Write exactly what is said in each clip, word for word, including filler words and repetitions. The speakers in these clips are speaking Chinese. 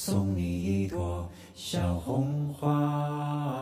送你一朵小红花。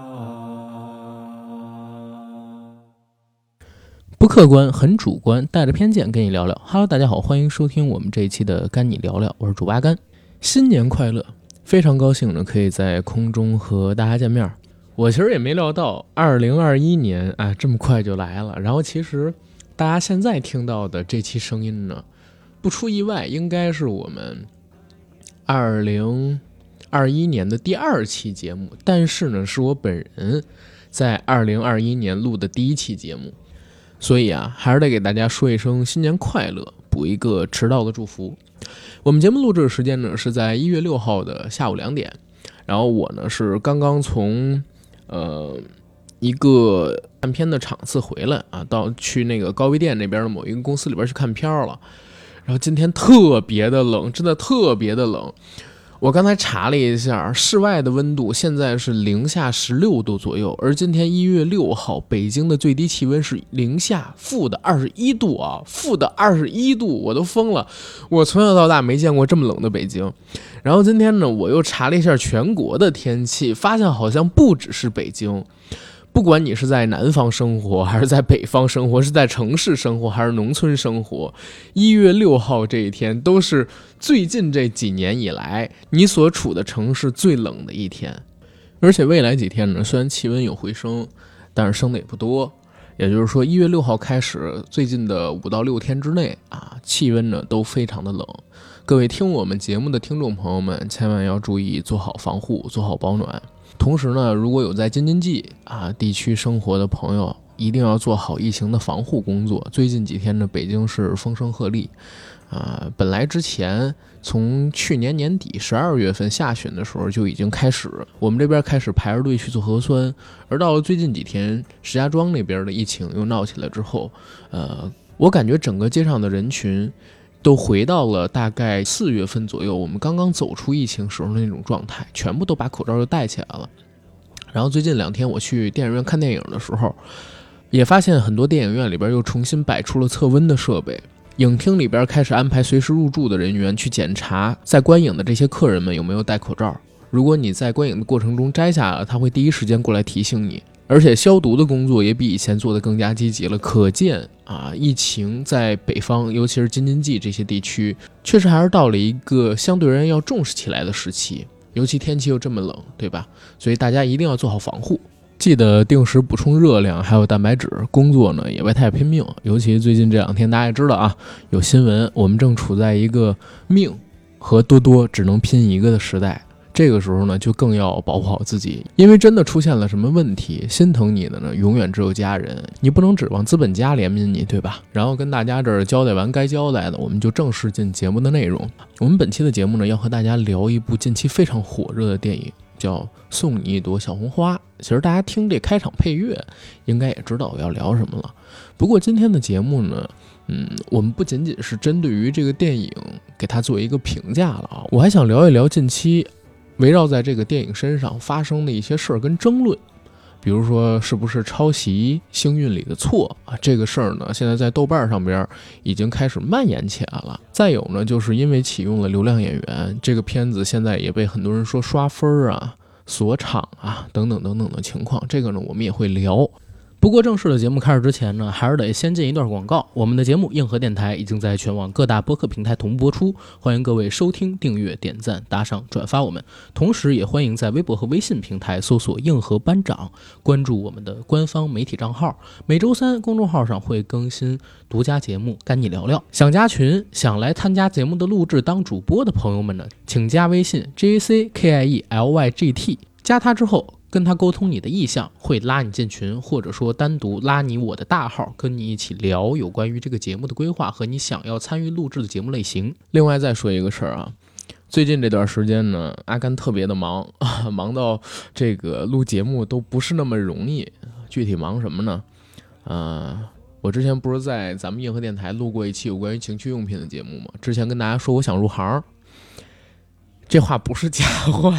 不客观，很主观，带着偏见跟你聊聊。Hello， 大家好，欢迎收听我们这一期的干你聊聊，我是主八甘。新年快乐，非常高兴呢，可以在空中和大家见面。我其实也没料到二零二一年啊这么快就来了。然后其实大家现在听到的这期声音呢，不出意外，应该是我们二零二一年的第二期节目，但是呢，是我本人在二零二一年录的第一期节目。所以啊，还是得给大家说一声新年快乐，补一个迟到的祝福。我们节目录制的时间呢是在一月六号的下午两点，然后我呢是刚刚从呃一个看片的场次回来啊，到去那个高碑店那边的某一个公司里边去看片了。然后今天特别的冷，真的特别的冷。我刚才查了一下，室外的温度现在是零下十六度左右，而今天一月六号，北京的最低气温是零下负的二十一度啊，负的二十一度，我都疯了！我从小到大没见过这么冷的北京。然后今天呢，我又查了一下全国的天气，发现好像不只是北京。不管你是在南方生活，还是在北方生活，是在城市生活，还是农村生活，一月六号这一天都是最近这几年以来你所处的城市最冷的一天。而且未来几天呢，虽然气温有回升，但是升的也不多。也就是说，一月六号开始，最近的五到六天之内啊，气温呢都非常的冷。各位听我们节目的听众朋友们，千万要注意做好防护，做好保暖。同时呢，如果有在京津冀啊地区生活的朋友，一定要做好疫情的防护工作。最近几天呢，北京是风声鹤唳啊，本来之前从去年年底十二月份下旬的时候就已经开始，我们这边开始排着队去做核酸，而到了最近几天，石家庄那边的疫情又闹起来之后，呃，我感觉整个街上的人群都回到了大概四月份左右，我们刚刚走出疫情时候的那种状态，全部都把口罩就戴起来了。然后最近两天我去电影院看电影的时候，也发现很多电影院里边又重新摆出了测温的设备，影厅里边开始安排随时入住的人员去检查在观影的这些客人们有没有戴口罩。如果你在观影的过程中摘下了，他会第一时间过来提醒你。而且消毒的工作也比以前做得更加积极了，可见啊，疫情在北方，尤其是京津冀这些地区，确实还是到了一个相对而言要重视起来的时期。尤其天气又这么冷，对吧？所以大家一定要做好防护，记得定时补充热量，还有蛋白质。工作呢也别太拼命，尤其最近这两天大家也知道啊，有新闻，我们正处在一个命和多多只能拼一个的时代。这个时候呢，就更要保护好自己，因为真的出现了什么问题，心疼你的呢，永远只有家人，你不能指望资本家怜悯你，对吧？然后跟大家这儿交代完该交代的，我们就正式进节目的内容。我们本期的节目呢，要和大家聊一部近期非常火热的电影，叫《送你一朵小红花》。其实大家听这开场配乐，应该也知道我要聊什么了。不过今天的节目呢，嗯，我们不仅仅是针对于这个电影给它做一个评价了啊，我还想聊一聊近期围绕在这个电影身上发生的一些事儿跟争论，比如说是不是抄袭星运里的错啊？这个事儿呢，现在在豆瓣上边已经开始蔓延起来了。再有呢，就是因为启用了流量演员，这个片子现在也被很多人说刷分啊、锁场啊等等等等的情况，这个呢我们也会聊。不过正式的节目开始之前呢，还是得先进一段广告。我们的节目硬核电台已经在全网各大播客平台同步播出，欢迎各位收听、订阅、点赞、打赏、转发我们。同时也欢迎在微博和微信平台搜索硬核班长，关注我们的官方媒体账号。每周三公众号上会更新独家节目，跟你聊聊。想加群、想来参加节目的录制当主播的朋友们呢，请加微信 J A C K I E L Y G T， 加他之后跟他沟通你的意向，会拉你进群，或者说单独拉你我的大号，跟你一起聊有关于这个节目的规划和你想要参与录制的节目类型。另外再说一个事儿啊，最近这段时间呢，阿甘特别的忙，忙到这个录节目都不是那么容易。具体忙什么呢？呃，我之前不是在咱们硬核电台录过一期有关于情趣用品的节目吗？之前跟大家说我想入行，这话不是假话。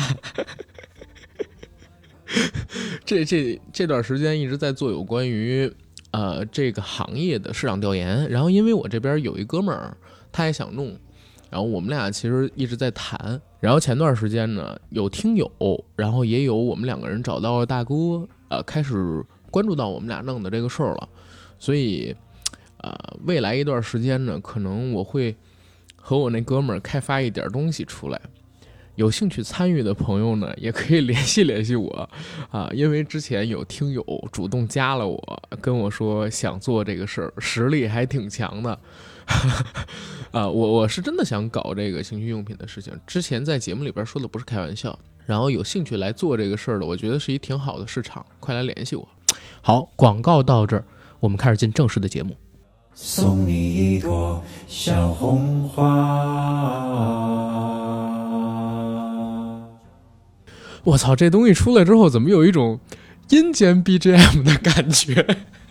这这这段时间一直在做有关于呃这个行业的市场调研，然后因为我这边有一哥们儿，他也想弄， 然后我们俩其实一直在谈，然后前段时间呢有听友，然后也有我们两个人找到了大哥，呃，开始关注到我们俩弄的这个事儿了，所以呃，未来一段时间呢，可能我会和我那哥们儿开发一点东西出来。有兴趣参与的朋友呢，也可以联系联系我啊，因为之前有听友主动加了我，跟我说想做这个事儿，实力还挺强的啊。我我是真的想搞这个情趣用品的事情，之前在节目里边说的不是开玩笑。然后有兴趣来做这个事儿的，我觉得是一挺好的市场，快来联系我。好，广告到这儿，我们开始进正式的节目。 送你一朵小红花。 我操，这东西出来之后怎么有一种阴间 B G M 的感觉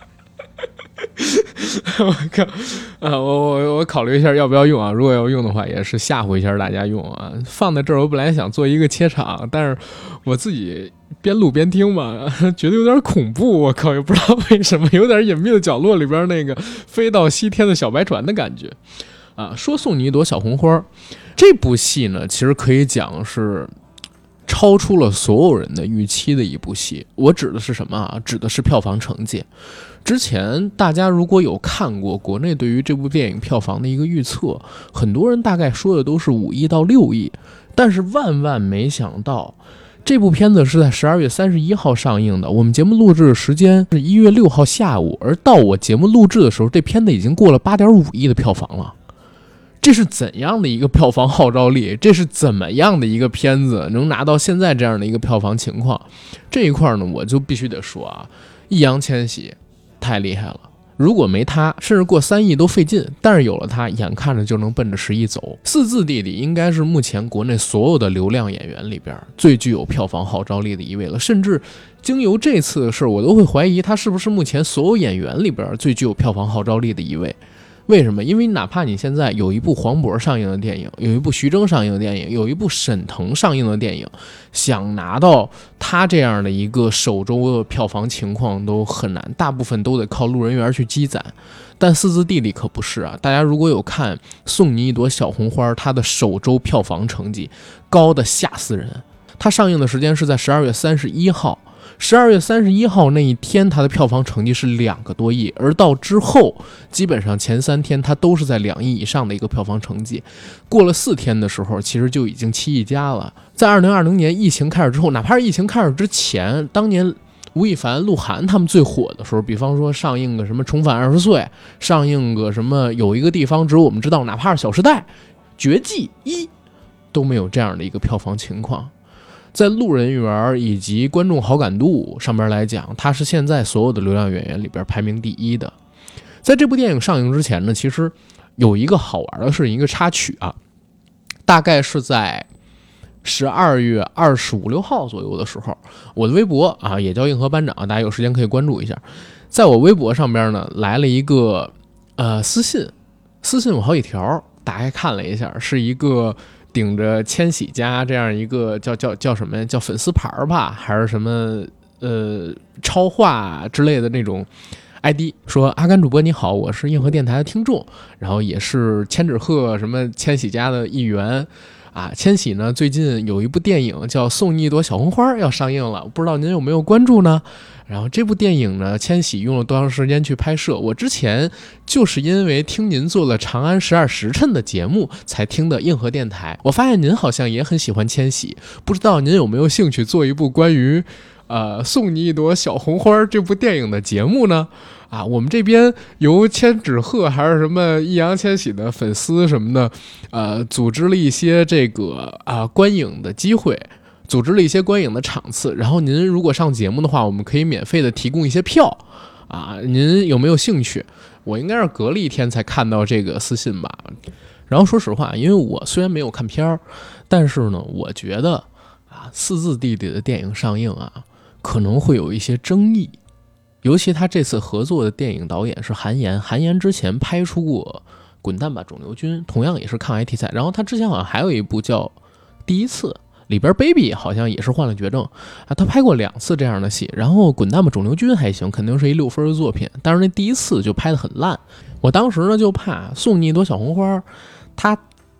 我靠啊！我我我考虑一下要不要用啊，如果要用的话也是吓唬一下大家用啊。放在这儿我本来想做一个切场，但是我自己边录边听嘛，觉得有点恐怖，我靠，也不知道为什么，有点隐秘的角落里边那个飞到西天的小白船的感觉啊。说送你一朵小红花，这部戏呢其实可以讲是超出了所有人的预期的一部戏。我指的是什么啊？指的是票房成绩。之前大家如果有看过国内对于这部电影票房的一个预测，很多人大概说的都是五亿到六亿，但是万万没想到这部片子是在十二月三十一号上映的，我们节目录制的时间是一月六号下午，而到我节目录制的时候，这片子已经过了 八点五亿的票房了。这是怎样的一个票房号召力？这是怎么样的一个片子能拿到现在这样的一个票房情况？这一块呢，我就必须得说啊，易烊千玺太厉害了。如果没他，甚至过三亿都费劲，但是有了他，眼看着就能奔着十亿走。四字弟弟应该是目前国内所有的流量演员里边最具有票房号召力的一位了，甚至经由这次的事，我都会怀疑他是不是目前所有演员里边最具有票房号召力的一位。为什么？因为哪怕你现在有一部黄渤上映的电影，有一部徐峥上映的电影，有一部沈腾上映的电影，想拿到他这样的一个首周的票房情况都很难，大部分都得靠路人缘去积攒。但四字弟弟可不是啊！大家如果有看《送你一朵小红花》，它的首周票房成绩高的吓死人。它上映的时间是在十二月三十一号。十二月三十一号那一天，它的票房成绩是两个多亿，而到之后，基本上前三天它都是在两亿以上的一个票房成绩。过了四天的时候，其实就已经七亿加了。在二零二零年疫情开始之后，哪怕是疫情开始之前，当年吴亦凡、鹿晗他们最火的时候，比方说上映个什么《重返二十岁》，上映个什么有一个地方只有我们知道，哪怕是《小时代》、《绝技一》，都没有这样的一个票房情况。在路人缘以及观众好感度上面来讲，他是现在所有的流量演员里边排名第一的。在这部电影上映之前呢，其实有一个好玩的是一个插曲啊，大概是在十二月二十五六号左右的时候，我的微博啊也叫硬核班长，大家有时间可以关注一下。在我微博上边呢来了一个呃私信，私信我好几条，打开看了一下，是一个顶着千玺家这样一个叫叫叫什么呀？叫粉丝牌吧，还是什么呃超话之类的那种 I D， 说阿甘主播你好，我是硬核电台的听众，然后也是千纸鹤什么千玺家的一员啊。千玺呢最近有一部电影叫《送你一朵小红花》要上映了，不知道您有没有关注呢？然后这部电影呢，千玺用了多长时间去拍摄？我之前就是因为听您做了《长安十二时辰》的节目，才听的硬核电台。我发现您好像也很喜欢千玺，不知道您有没有兴趣做一部关于呃送你一朵小红花这部电影的节目呢？啊，我们这边由千纸鹤还是什么易烊千玺的粉丝什么的，呃，组织了一些这个啊、呃、观影的机会。组织了一些观影的场次，然后您如果上节目的话，我们可以免费的提供一些票啊，您有没有兴趣？我应该是隔了一天才看到这个私信吧。然后说实话，因为我虽然没有看片儿，但是呢，我觉得啊，四字弟弟的电影上映啊，可能会有一些争议，尤其他这次合作的电影导演是韩延，韩延之前拍出过《滚蛋吧肿瘤君》，同样也是抗癌题材，然后他之前好像还有一部叫《第一次》。里边 baby 好像也是患了绝症啊，他拍过两次这样的戏，然后滚蛋吧肿瘤君还行，肯定是一六分的作品，但是那第一次就拍得很烂。我当时呢就怕送你一朵小红花，他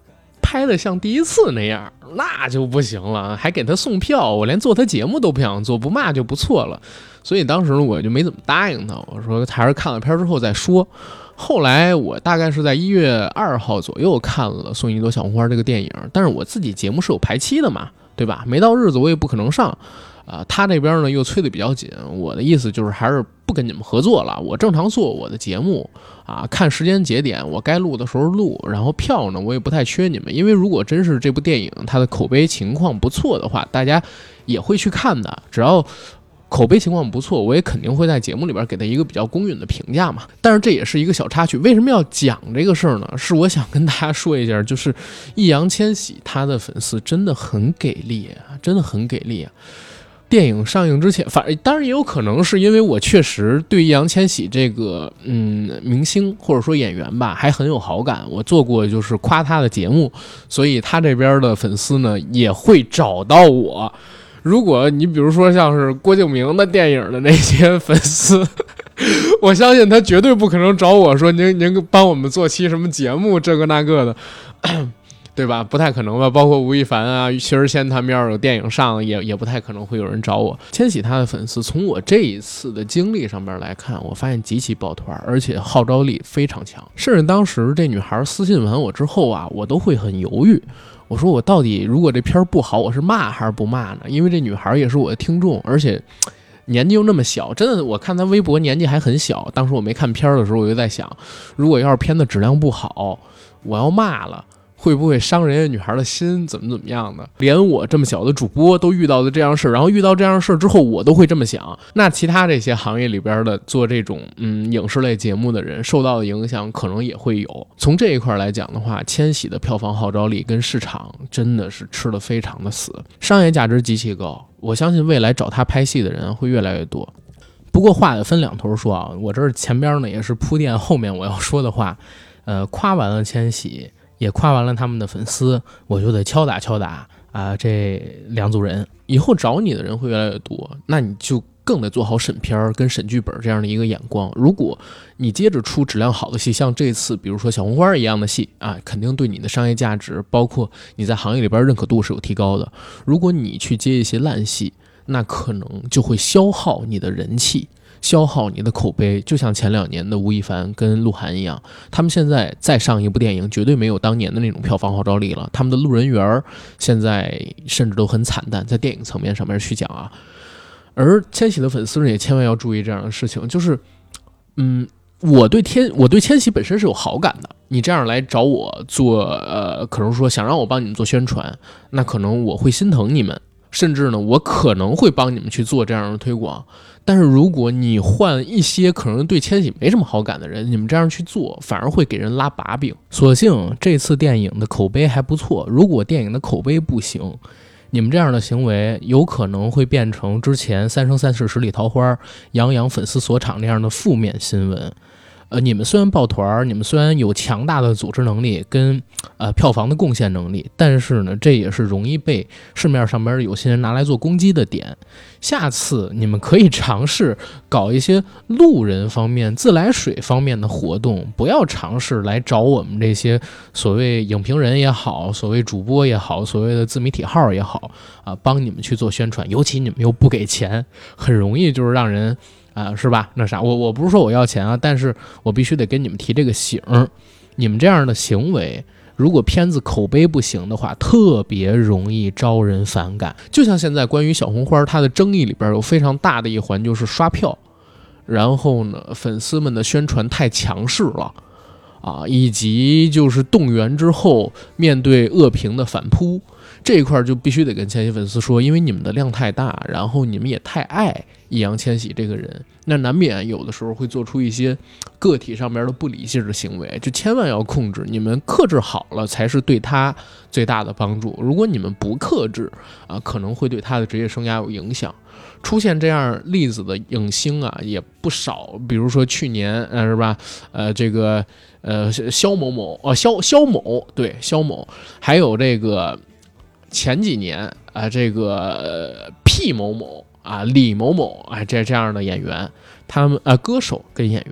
拍的像第一次那样，那就不行了，还给他送票，我连做他节目都不想做，不骂就不错了。所以当时我就没怎么答应他，我说还是看了片之后再说。后来我大概是在一月二号左右看了《送你一朵小红花》这个电影，但是我自己节目是有排期的嘛，对吧？没到日子我也不可能上啊、呃。他这边呢又催得比较紧，我的意思就是还是不跟你们合作了，我正常做我的节目啊，看时间节点，我该录的时候录，然后票呢我也不太缺你们，因为如果真是这部电影它的口碑情况不错的话，大家也会去看的，只要口碑情况不错，我也肯定会在节目里边给他一个比较公允的评价嘛。但是这也是一个小插曲，为什么要讲这个事儿呢？是我想跟大家说一下，就是易烊千玺他的粉丝真的很给力啊，真的很给力啊。电影上映之前，反正当然也有可能是因为我确实对易烊千玺这个嗯明星或者说演员吧还很有好感，我做过就是夸他的节目，所以他这边的粉丝呢也会找到我。如果你比如说像是郭敬明的电影的那些粉丝，我相信他绝对不可能找我说您您帮我们做期什么节目这个那个的，对吧？不太可能吧。包括吴亦凡啊、薛之谦他们要是有电影上，也也不太可能会有人找我。千玺他的粉丝，从我这一次的经历上面来看，我发现极其抱团，而且号召力非常强。甚至当时这女孩私信完我之后啊，我都会很犹豫。我说我到底如果这片不好，我是骂还是不骂呢？因为这女孩也是我的听众，而且年纪又那么小，真的我看她微博年纪还很小。当时我没看片的时候，我就在想，如果要是片的质量不好，我要骂了，会不会伤人家女孩的心，怎么怎么样的？连我这么小的主播都遇到的这样事，然后遇到这样事之后，我都会这么想。那其他这些行业里边的做这种嗯影视类节目的人，受到的影响可能也会有。从这一块来讲的话，千玺的票房号召力跟市场真的是吃得非常的死，商业价值极其高。我相信未来找他拍戏的人会越来越多。不过话也分两头说啊，我这儿前边呢也是铺垫后面我要说的话，呃，夸完了千玺。也夸完了他们的粉丝，我就得敲打敲打啊、呃！这两组人以后找你的人会越来越多，那你就更得做好审片跟审剧本这样的一个眼光。如果你接着出质量好的戏，像这次比如说小红花一样的戏啊，肯定对你的商业价值，包括你在行业里边认可度是有提高的。如果你去接一些烂戏，那可能就会消耗你的人气。消耗你的口碑，就像前两年的吴亦凡跟鹿晗一样，他们现在再上一部电影，绝对没有当年的那种票房号召力了。他们的路人缘现在甚至都很惨淡，在电影层面上面去讲啊。而千玺的粉丝也千万要注意这样的事情，就是，嗯，我对天，我对千玺本身是有好感的。你这样来找我做，呃，可能说想让我帮你们做宣传，那可能我会心疼你们。甚至呢，我可能会帮你们去做这样的推广。但是如果你换一些可能对千玺没什么好感的人，你们这样去做，反而会给人拉把柄。所幸这次电影的口碑还不错，如果电影的口碑不行，你们这样的行为有可能会变成之前《三生三世十里桃花》杨洋粉丝锁场那样的负面新闻。呃，你们虽然抱团，你们虽然有强大的组织能力跟呃票房的贡献能力，但是呢，这也是容易被市面上边有些人拿来做攻击的点。下次你们可以尝试搞一些路人方面、自来水方面的活动，不要尝试来找我们这些所谓影评人也好，所谓主播也好，所谓的自媒体号也好啊，帮你们去做宣传。尤其你们又不给钱，很容易就是让人。啊、呃，是吧？那啥，我我不是说我要钱啊，但是我必须得跟你们提这个醒。你们这样的行为，如果片子口碑不行的话，特别容易招人反感。就像现在关于小红花，它的争议里边有非常大的一环就是刷票，然后呢，粉丝们的宣传太强势了啊，以及就是动员之后面对恶评的反扑。这一块就必须得跟千玺粉丝说，因为你们的量太大，然后你们也太爱易烊千玺这个人，那难免有的时候会做出一些个体上面的不理性的行为，就千万要控制，你们克制好了才是对他最大的帮助。如果你们不克制啊，可能会对他的职业生涯有影响。出现这样例子的影星啊也不少，比如说去年呃是吧，呃这个呃肖某某哦肖肖某对肖某，还有这个前几年啊、呃、这个、呃、P 某某啊李某某啊这这样的演员，他们呃歌手跟演员。他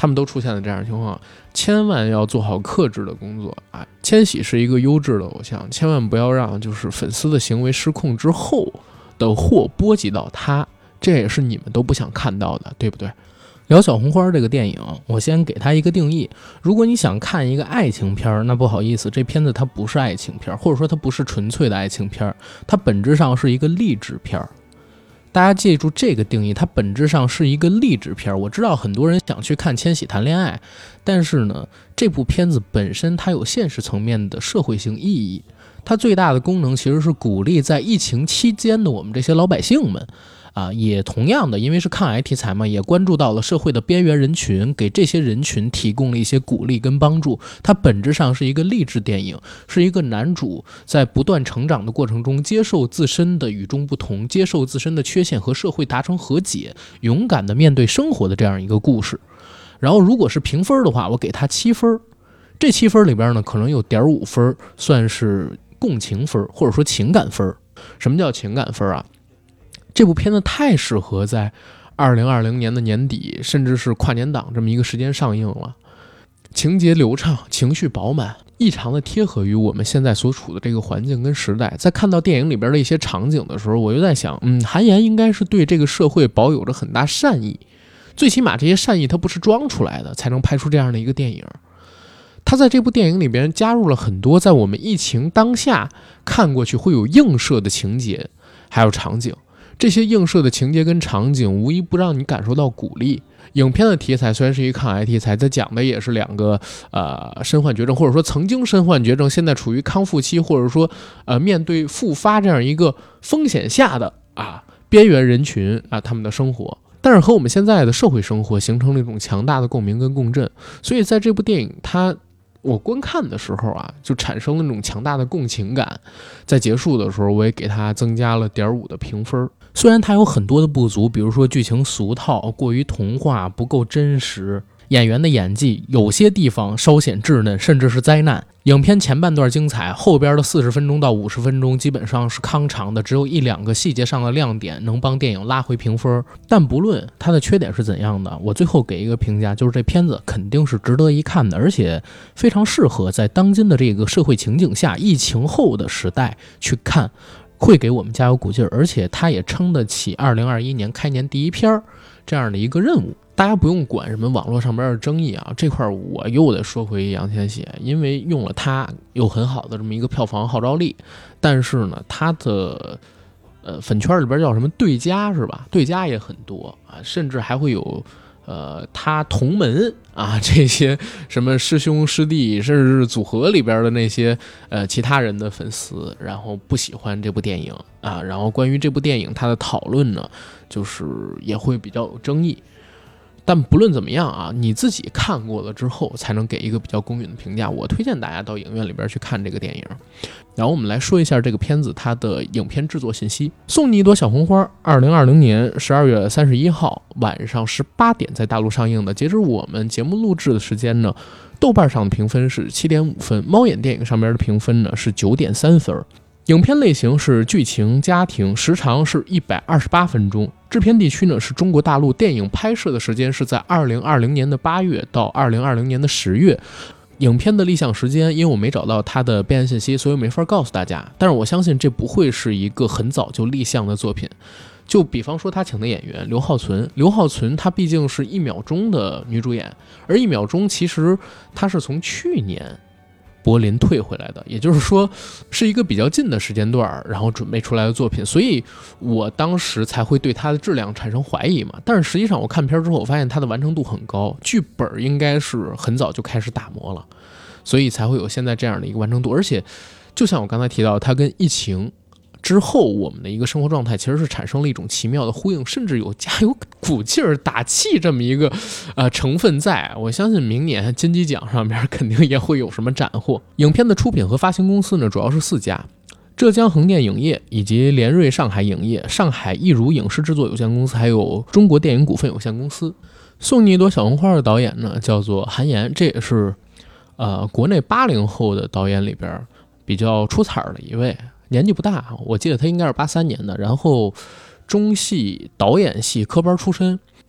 他们都出现了这样的情况，千万要做好克制的工作啊！千玺是一个优质的偶像，千万不要让就是粉丝的行为失控之后的祸波及到他，这也是你们都不想看到的，对不对？聊小红花这个电影，我先给它一个定义。如果你想看一个爱情片，那不好意思，这片子它不是爱情片，或者说它不是纯粹的爱情片，它本质上是一个励志片。大家记住这个定义，它本质上是一个励志片。我知道很多人想去看千玺谈恋爱，但是呢，这部片子本身它有现实层面的社会性意义，它最大的功能其实是鼓励在疫情期间的我们这些老百姓们啊，也同样的，因为是抗癌题材嘛，也关注到了社会的边缘人群，给这些人群提供了一些鼓励跟帮助。它本质上是一个励志电影，是一个男主在不断成长的过程中，接受自身的与众不同，接受自身的缺陷和社会达成和解，勇敢的面对生活的这样一个故事。然后如果是评分的话，我给他七分，这七分里边呢，可能有点五分算是共情分，或者说情感分。什么叫情感分啊？这部片子太适合在二零二零年的年底，甚至是跨年档这么一个时间上映了。情节流畅，情绪饱满，异常的贴合于我们现在所处的这个环境跟时代。在看到电影里边的一些场景的时候，我就在想，嗯，韩延应该是对这个社会保有着很大善意，最起码这些善意它不是装出来的，才能拍出这样的一个电影。他在这部电影里边加入了很多在我们疫情当下看过去会有映射的情节，还有场景。这些映射的情节跟场景无一不让你感受到鼓励。影片的题材虽然是一个抗癌题材，在讲的也是两个呃身患绝症，或者说曾经身患绝症，现在处于康复期，或者说呃面对复发这样一个风险下的啊边缘人群啊他们的生活，但是和我们现在的社会生活形成了一种强大的共鸣跟共振。所以在这部电影它我观看的时候啊，就产生了那种强大的共情感。在结束的时候，我也给它增加了点五的评分。虽然它有很多的不足，比如说剧情俗套、过于童话、不够真实，演员的演技有些地方稍显稚嫩，甚至是灾难。影片前半段精彩，后边的四十分钟到五十分钟基本上是康长的，只有一两个细节上的亮点能帮电影拉回评分。但不论它的缺点是怎样的，我最后给一个评价，就是这片子肯定是值得一看的，而且非常适合在当今的这个社会情景下，疫情后的时代去看，会给我们加油鼓劲儿，而且它也撑得起二零二一年开年第一篇这样的一个任务。大家不用管什么网络上面的争议啊，这块我又得说回易烊千玺，因为用了它有很好的这么一个票房号召力，但是呢，它的呃粉圈里边叫什么对家是吧？对家也很多啊，甚至还会有呃他同门啊这些什么师兄师弟，甚至是组合里边的那些呃其他人的粉丝，然后不喜欢这部电影啊，然后关于这部电影它的讨论呢，就是也会比较有争议。但不论怎么样啊，你自己看过了之后才能给一个比较公允的评价。我推荐大家到影院里边去看这个电影。然后我们来说一下这个片子它的影片制作信息。送你一朵小红花，二零二零年十二月三十一号晚上十八点在大陆上映的。截至我们节目录制的时间呢，豆瓣上的评分是七点五分，猫眼电影上面的评分呢是九点三分。影片类型是剧情家庭，时长是一百二十八分钟。制片地区呢是中国大陆，电影拍摄的时间是在二零二零年的八月到二零二零年的十月。影片的立项时间，因为我没找到它的备案信息，所以没法告诉大家。但是我相信这不会是一个很早就立项的作品。就比方说他请的演员刘浩存，刘浩存他毕竟是一秒钟的女主演，而一秒钟其实他是从去年柏林退回来的，也就是说是一个比较近的时间段然后准备出来的作品，所以我当时才会对它的质量产生怀疑嘛。但是实际上我看片之后，我发现它的完成度很高，剧本应该是很早就开始打磨了，所以才会有现在这样的一个完成度。而且就像我刚才提到，它跟疫情之后我们的一个生活状态其实是产生了一种奇妙的呼应，甚至有加油鼓劲儿打气这么一个呃成分在。我相信明年金鸡奖上面肯定也会有什么斩获。影片的出品和发行公司呢主要是四家，浙江横店影业以及联瑞上海影业、上海艺如影视制作有限公司，还有中国电影股份有限公司。送你一朵小红花的导演呢叫做韩延，这也是呃国内八零后的导演里边比较出彩的一位。年纪不大，我记得他应该是八三年的，然后中戏导演系科班出身。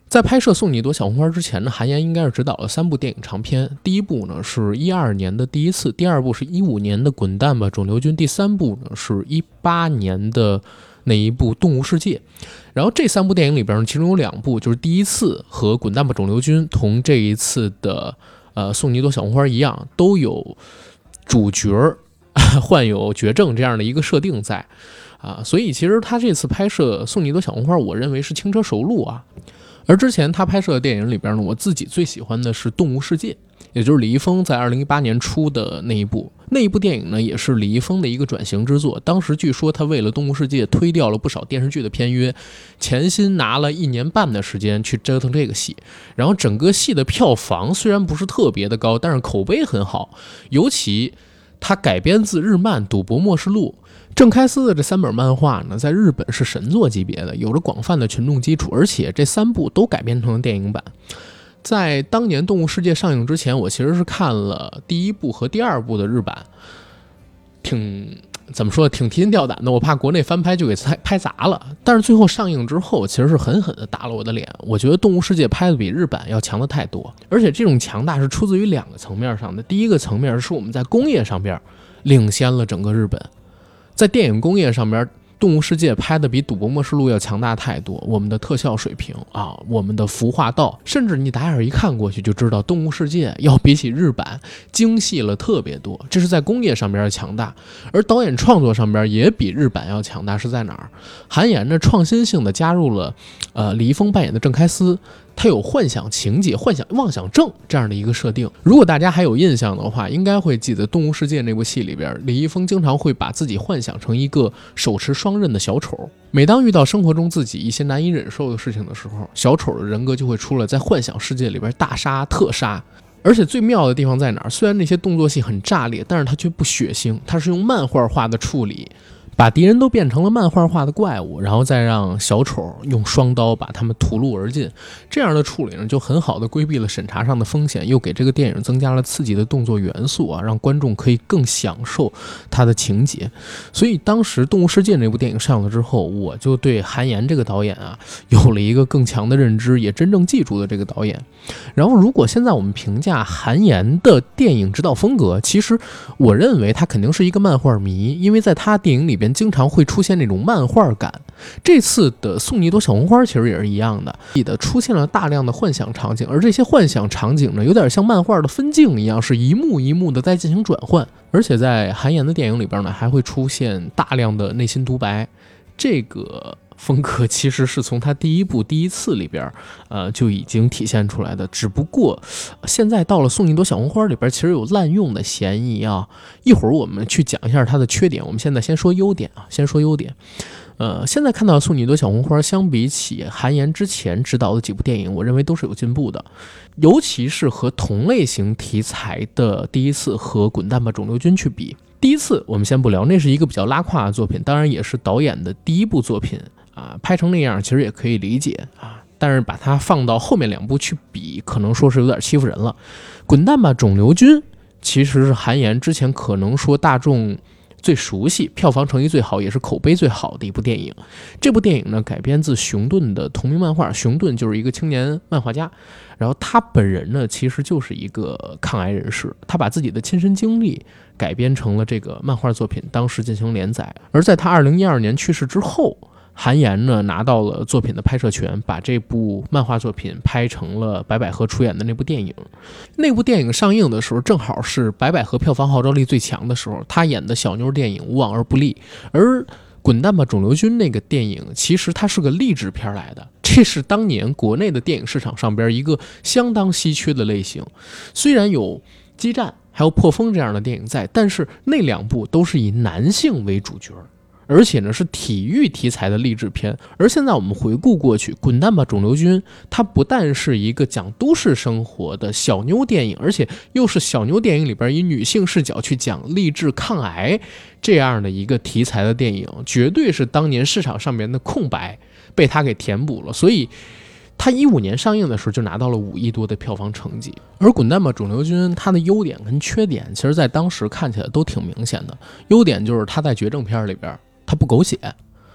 在拍摄《送你一朵小红花》之前呢，韩延应该是执导了三部电影长片。第一部呢是一二年的第一次，第二部是一五年的《滚蛋吧，肿瘤君》，第三部呢是一八年的那一部《动物世界》。然后这三部电影里边呢，其中有两部就是第一次和《滚蛋吧，肿瘤君》同这一次的呃《送你一朵小红花》一样，都有主角患有绝症这样的一个设定在啊，所以其实他这次拍摄《送你一朵小红花》，我认为是轻车熟路啊。而之前他拍摄的电影里边呢，我自己最喜欢的是《动物世界》，也就是李易峰在二零一八年出的那一部。那一部电影呢，也是李易峰的一个转型之作。当时据说他为了《动物世界》推掉了不少电视剧的片约，潜心拿了一年半的时间去折腾这个戏。然后整个戏的票房虽然不是特别的高，但是口碑很好。尤其他改编自日漫《赌博默示录》。郑开司的这三本漫画呢，在日本是神作级别的，有着广泛的群众基础，而且这三部都改编成了电影版。在当年《动物世界》上映之前，我其实是看了第一部和第二部的日版，挺怎么说，挺提心吊胆的，我怕国内翻拍就给拍砸了。但是最后上映之后，其实是狠狠的打了我的脸。我觉得《动物世界》拍的比日版要强的太多，而且这种强大是出自于两个层面上的。第一个层面是我们在工业上边领先了整个日本。在电影工业上边，《动物世界》拍的比《赌博默示录》要强大太多。我们的特效水平啊，我们的服化道，甚至你打眼一看过去就知道，《动物世界》要比起日版精细了特别多。这是在工业上边的强大，而导演创作上边也比日版要强大。是在哪儿？韩延呢创新性的加入了，呃，李易峰扮演的郑开司。他有幻想情节、幻想妄想症这样的一个设定。如果大家还有印象的话，应该会记得《动物世界》那部戏里边，李易峰经常会把自己幻想成一个手持双刃的小丑。每当遇到生活中自己一些难以忍受的事情的时候，小丑的人格就会出来，在幻想世界里边大杀特杀。而且最妙的地方在哪儿？虽然那些动作戏很炸裂，但是它却不血腥，它是用漫画化的处理。把敌人都变成了漫画化的怪物，然后再让小丑用双刀把他们屠戮而尽，这样的处理呢，就很好的规避了审查上的风险，又给这个电影增加了刺激的动作元素啊，让观众可以更享受它的情节。所以当时《动物世界》那部电影上了之后，我就对韩延这个导演啊有了一个更强的认知，也真正记住了这个导演。然后如果现在我们评价韩延的电影指导风格，其实我认为他肯定是一个漫画迷，因为在他电影里边经常会出现那种漫画感。这次的《送你一朵小红花》其实也是一样的，的出现了大量的幻想场景，而这些幻想场景呢，有点像漫画的分镜一样，是一幕一幕的在进行转换。而且在韩延的电影里边呢，还会出现大量的内心独白。这个风格其实是从他第一部第一次里边呃就已经体现出来的，只不过现在到了《送你一朵小红花》里边其实有滥用的嫌疑啊。一会儿我们去讲一下它的缺点，我们现在先说优点啊，先说优点。呃，现在看到《送你一朵小红花》，相比起韩延之前执导的几部电影，我认为都是有进步的，尤其是和同类型题材的第一次和《滚蛋吧，肿瘤君》去比。第一次我们先不聊，那是一个比较拉胯的作品，当然也是导演的第一部作品啊，拍成那样其实也可以理解啊，但是把它放到后面两部去比，可能说是有点欺负人了。滚蛋吧，肿瘤君其实是韩延之前可能说大众最熟悉、票房成绩最好，也是口碑最好的一部电影。这部电影呢，改编自熊顿的同名漫画，熊顿就是一个青年漫画家，然后他本人呢，其实就是一个抗癌人士，他把自己的亲身经历改编成了这个漫画作品，当时进行连载。而在他二零一二年去世之后，韩延呢拿到了作品的拍摄权，把这部漫画作品拍成了白百合出演的那部电影。那部电影上映的时候，正好是白百合票房号召力最强的时候，他演的小妞电影无往而不利。而滚蛋吧，肿瘤君那个电影其实它是个励志片来的，这是当年国内的电影市场上边一个相当稀缺的类型。虽然有激战还有破风这样的电影在，但是那两部都是以男性为主角，而且呢是体育题材的励志片。而现在我们回顾过去，滚蛋吧，肿瘤君它不但是一个讲都市生活的小妞电影，而且又是小妞电影里边以女性视角去讲励志抗癌这样的一个题材的电影，绝对是当年市场上面的空白被它给填补了。所以它一五年上映的时候就拿到了五亿多的票房成绩。而滚蛋吧，肿瘤君它的优点跟缺点其实在当时看起来都挺明显的。优点就是它在绝症片里边它不狗血，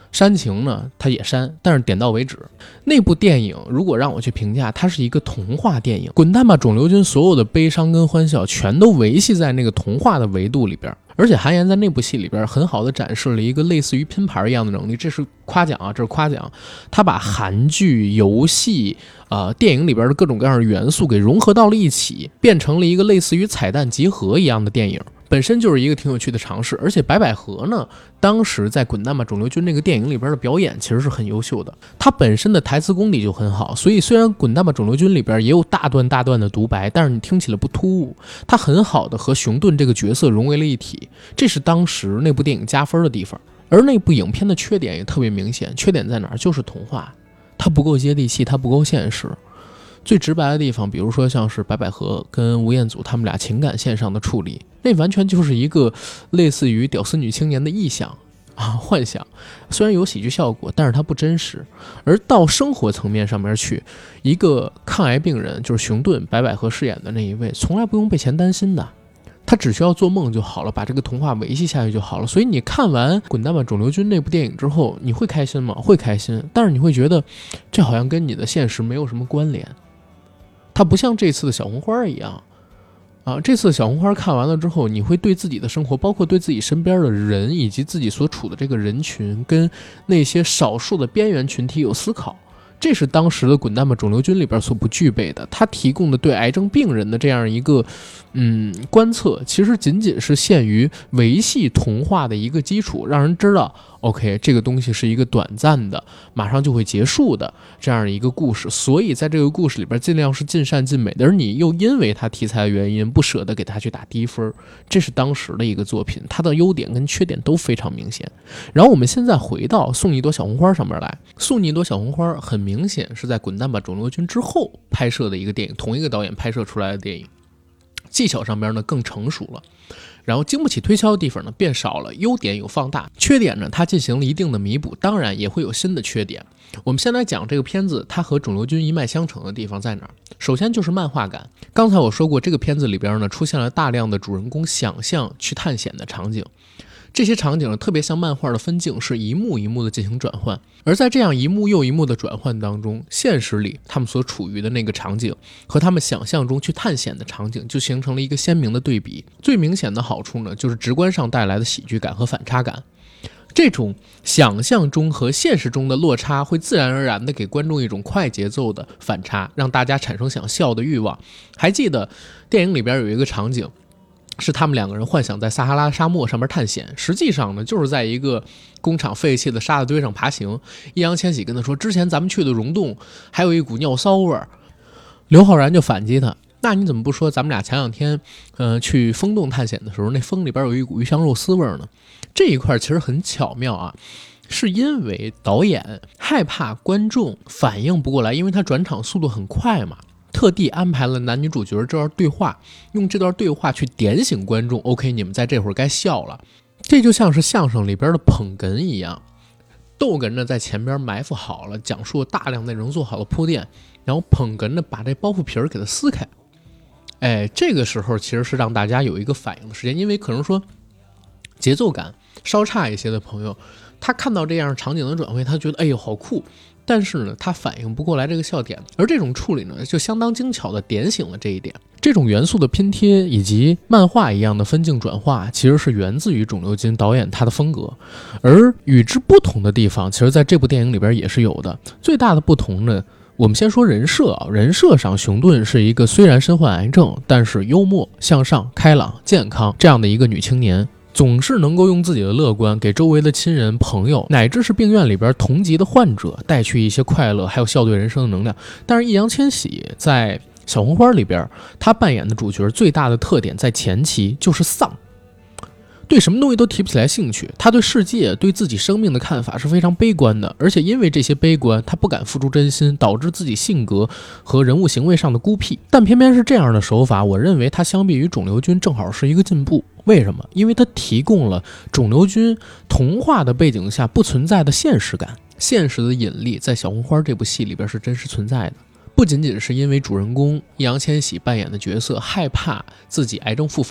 煽情呢，它也煽，但是点到为止。那部电影如果让我去评价，它是一个童话电影。滚蛋吧肿瘤君所有的悲伤跟欢笑全都维系在那个童话的维度里边，而且韩延在那部戏里边很好的展示了一个类似于拼盘一样的能力，这是夸奖啊，这是夸奖。他把韩剧、游戏、呃电影里边的各种各样的元素给融合到了一起，变成了一个类似于彩蛋集合一样的电影。本身就是一个挺有趣的尝试，而且白百合呢，当时在《滚蛋吧肿瘤君》那个电影里边的表演其实是很优秀的，他本身的台词功底就很好，所以虽然《滚蛋吧肿瘤君》里边也有大段大段的独白，但是你听起来不突兀，他很好的和熊顿这个角色融为了一体，这是当时那部电影加分的地方。而那部影片的缺点也特别明显，缺点在哪儿？就是童话，它不够接地气，它不够现实。最直白的地方，比如说像是白百合跟吴彦祖他们俩情感线上的处理，那完全就是一个类似于屌丝女青年的臆想啊，幻想。虽然有喜剧效果，但是它不真实。而到生活层面上面去，一个抗癌病人，就是熊顿白百合饰演的那一位，从来不用被钱担心的，他只需要做梦就好了，把这个童话维系下去就好了。所以你看完《滚蛋吧肿瘤君》那部电影之后，你会开心吗？会开心，但是你会觉得这好像跟你的现实没有什么关联。它不像这次的小红花一样啊，这次小红花看完了之后，你会对自己的生活，包括对自己身边的人以及自己所处的这个人群跟那些少数的边缘群体有思考。这是当时的《滚蛋吧肿瘤君》里边所不具备的，它提供的对癌症病人的这样一个嗯观测，其实仅仅是限于维系童话的一个基础，让人知道 OK 这个东西是一个短暂的马上就会结束的这样的一个故事，所以在这个故事里边尽量是尽善尽美的，而你又因为它题材的原因不舍得给它去打低分，这是当时的一个作品，它的优点跟缺点都非常明显。然后我们现在回到送你一朵小红花上面来，送你一朵小红花很明显是在《滚蛋吧肿瘤君》之后拍摄的一个电影，同一个导演拍摄出来的电影，技巧上边呢更成熟了，然后经不起推敲的地方呢变少了，优点有放大，缺点呢它进行了一定的弥补，当然也会有新的缺点。我们先来讲这个片子它和肿瘤君一脉相承的地方在哪儿。首先就是漫画感，刚才我说过这个片子里边呢出现了大量的主人公想象去探险的场景，这些场景呢特别像漫画的分镜，是一幕一幕的进行转换，而在这样一幕又一幕的转换当中，现实里他们所处于的那个场景和他们想象中去探险的场景就形成了一个鲜明的对比。最明显的好处呢就是直观上带来的喜剧感和反差感，这种想象中和现实中的落差会自然而然地给观众一种快节奏的反差，让大家产生想笑的欲望。还记得电影里边有一个场景是他们两个人幻想在撒哈拉沙漠上面探险，实际上呢就是在一个工厂废弃的沙子堆上爬行。易烊千玺跟他说，之前咱们去的溶洞还有一股尿骚味儿，刘昊然就反击他，那你怎么不说咱们俩前两天呃去风洞探险的时候，那风里边有一股鱼香肉丝味儿呢？这一块其实很巧妙啊，是因为导演害怕观众反应不过来，因为他转场速度很快嘛，特地安排了男女主角这段对话，用这段对话去点醒观众 OK 你们在这会儿该笑了。这就像是相声里边的捧哏一样，逗哏呢在前边埋伏好了，讲述大量内容做好了铺垫，然后捧哏呢把这包袱皮儿给它撕开。哎，这个时候其实是让大家有一个反应的时间，因为可能说节奏感稍差一些的朋友，他看到这样场景的转换，他觉得哎呦好酷，但是呢他反应不过来这个笑点，而这种处理呢就相当精巧的点醒了这一点。这种元素的拼贴以及漫画一样的分镜转化，其实是源自于肿瘤君导演他的风格，而与之不同的地方其实在这部电影里边也是有的。最大的不同呢，我们先说人设啊，人设上熊顿是一个虽然身患癌症，但是幽默向上开朗健康这样的一个女青年，总是能够用自己的乐观给周围的亲人朋友乃至是病院里边同级的患者带去一些快乐还有笑对人生的能量。但是易烊千玺在小红花里边他扮演的主角最大的特点在前期就是丧，对什么东西都提不起来兴趣，他对世界对自己生命的看法是非常悲观的，而且因为这些悲观他不敢付出真心，导致自己性格和人物行为上的孤僻。但偏偏是这样的手法，我认为他相比于肿瘤君正好是一个进步。为什么？因为它提供了肿瘤君童话的背景下不存在的现实感，现实的引力在小红花这部戏里边是真实存在的。不仅仅是因为主人公易烊千玺扮演的角色害怕自己癌症复发，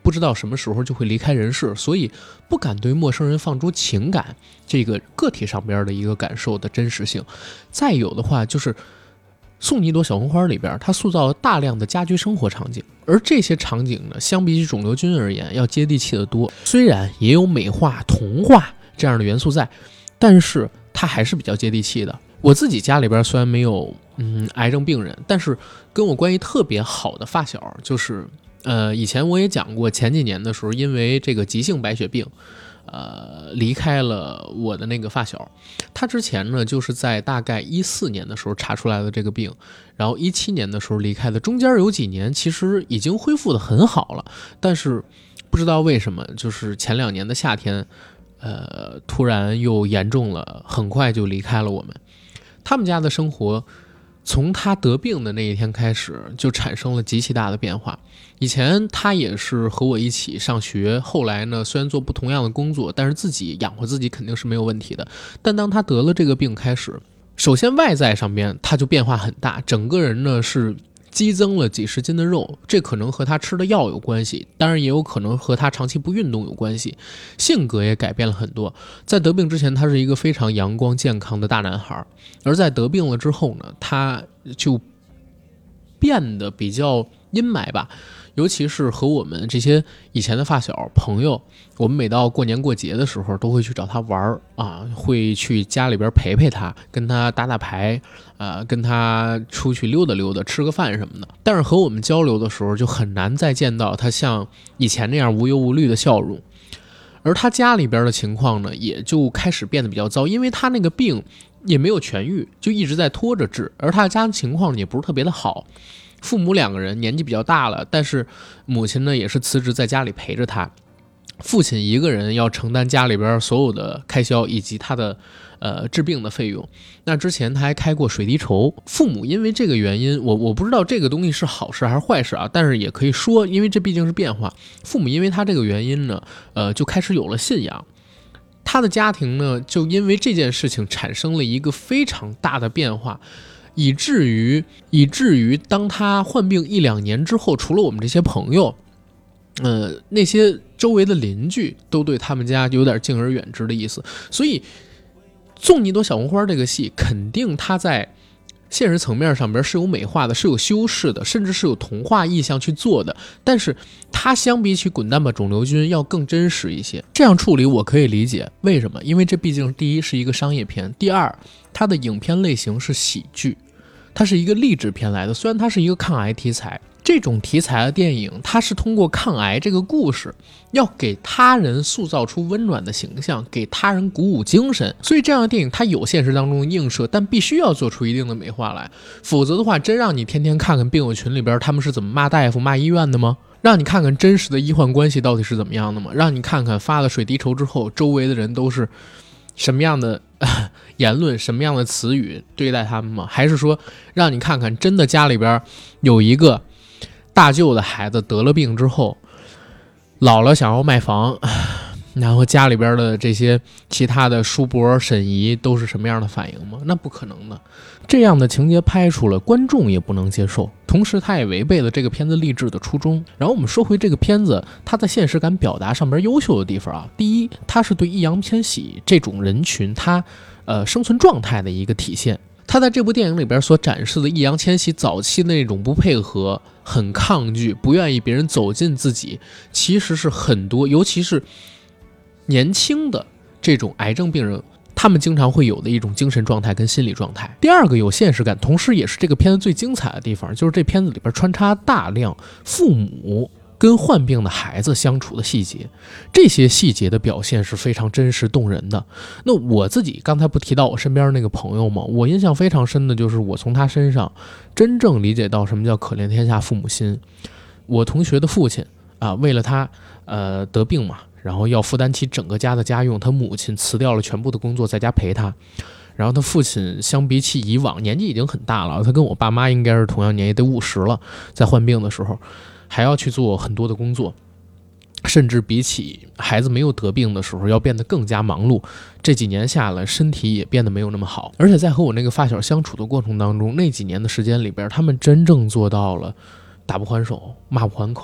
不知道什么时候就会离开人世，所以不敢对陌生人放出情感这个个体上边的一个感受的真实性。再有的话就是送你一朵小红花里边，它塑造了大量的家居生活场景，而这些场景呢，相比起肿瘤君而言要接地气的多。虽然也有美化童话这样的元素在，但是它还是比较接地气的。我自己家里边虽然没有嗯癌症病人，但是跟我关系特别好的发小，就是呃以前我也讲过，前几年的时候因为这个急性白血病呃，离开了我的那个发小。他之前呢，就是在大概一四年的时候查出来的这个病，然后一七年的时候离开的。中间有几年其实已经恢复的很好了，但是不知道为什么，就是前两年的夏天，呃，突然又严重了，很快就离开了我们。他们家的生活从他得病的那一天开始就产生了极其大的变化。以前他也是和我一起上学，后来呢虽然做不同样的工作，但是自己养活自己肯定是没有问题的。但当他得了这个病开始，首先外在上面他就变化很大，整个人呢是激增了几十斤的肉，这可能和他吃的药有关系，当然也有可能和他长期不运动有关系。性格也改变了很多，在得病之前他是一个非常阳光健康的大男孩，而在得病了之后呢，他就变得比较阴霾吧。尤其是和我们这些以前的发小朋友，我们每到过年过节的时候都会去找他玩啊，会去家里边陪陪他，跟他打打牌啊，跟他出去溜达溜达，吃个饭什么的。但是和我们交流的时候就很难再见到他像以前那样无忧无虑的笑容。而他家里边的情况呢，也就开始变得比较糟，因为他那个病也没有痊愈，就一直在拖着治，而他的家庭情况也不是特别的好。父母两个人年纪比较大了，但是母亲呢也是辞职在家里陪着他，父亲一个人要承担家里边所有的开销以及他的呃治病的费用。那之前他还开过水滴筹，父母因为这个原因，我我不知道这个东西是好事还是坏事啊，但是也可以说，因为这毕竟是变化，父母因为他这个原因呢，呃就开始有了信仰。他的家庭呢就因为这件事情产生了一个非常大的变化。以至于以至于当他患病一两年之后，除了我们这些朋友，呃，那些周围的邻居都对他们家有点敬而远之的意思。所以送你一朵小红花这个戏，肯定他在现实层面上边是有美化的，是有修饰的，甚至是有童话意象去做的，但是它相比起滚蛋吧肿瘤君要更真实一些。这样处理我可以理解，为什么？因为这毕竟第一是一个商业片，第二它的影片类型是喜剧，它是一个励志片来的。虽然它是一个抗癌题材，这种题材的电影它是通过抗癌这个故事要给他人塑造出温暖的形象，给他人鼓舞精神，所以这样的电影它有现实当中的映射，但必须要做出一定的美化来，否则的话真让你天天看看病友群里边他们是怎么骂大夫骂医院的吗？让你看看真实的医患关系到底是怎么样的吗？让你看看发了水滴筹之后周围的人都是什么样的言论，什么样的词语对待他们吗？还是说让你看看真的家里边有一个大舅的孩子得了病之后，姥姥想要卖房，然后家里边的这些其他的叔伯婶姨都是什么样的反应吗？那不可能的。这样的情节拍出了，观众也不能接受，同时它也违背了这个片子励志的初衷。然后我们说回这个片子，它在现实感表达上边优秀的地方啊，第一，它是对易烊千玺这种人群他呃生存状态的一个体现。他在这部电影里边所展示的易烊千玺早期的那种不配合、很抗拒、不愿意别人走近自己，其实是很多，尤其是年轻的这种癌症病人，他们经常会有的一种精神状态跟心理状态。第二个有现实感，同时也是这个片子最精彩的地方，就是这片子里边穿插大量父母跟患病的孩子相处的细节，这些细节的表现是非常真实动人的。那我自己刚才不提到我身边那个朋友吗？我印象非常深的就是我从他身上真正理解到什么叫可怜天下父母心。我同学的父亲啊，为了他呃得病嘛，然后要负担起整个家的家用，他母亲辞掉了全部的工作在家陪他。然后他父亲相比起以往年纪已经很大了，他跟我爸妈应该是同样年纪，得五十了，在患病的时候还要去做很多的工作，甚至比起孩子没有得病的时候要变得更加忙碌。这几年下来身体也变得没有那么好，而且在和我那个发小相处的过程当中，那几年的时间里边他们真正做到了打不还手骂不还口，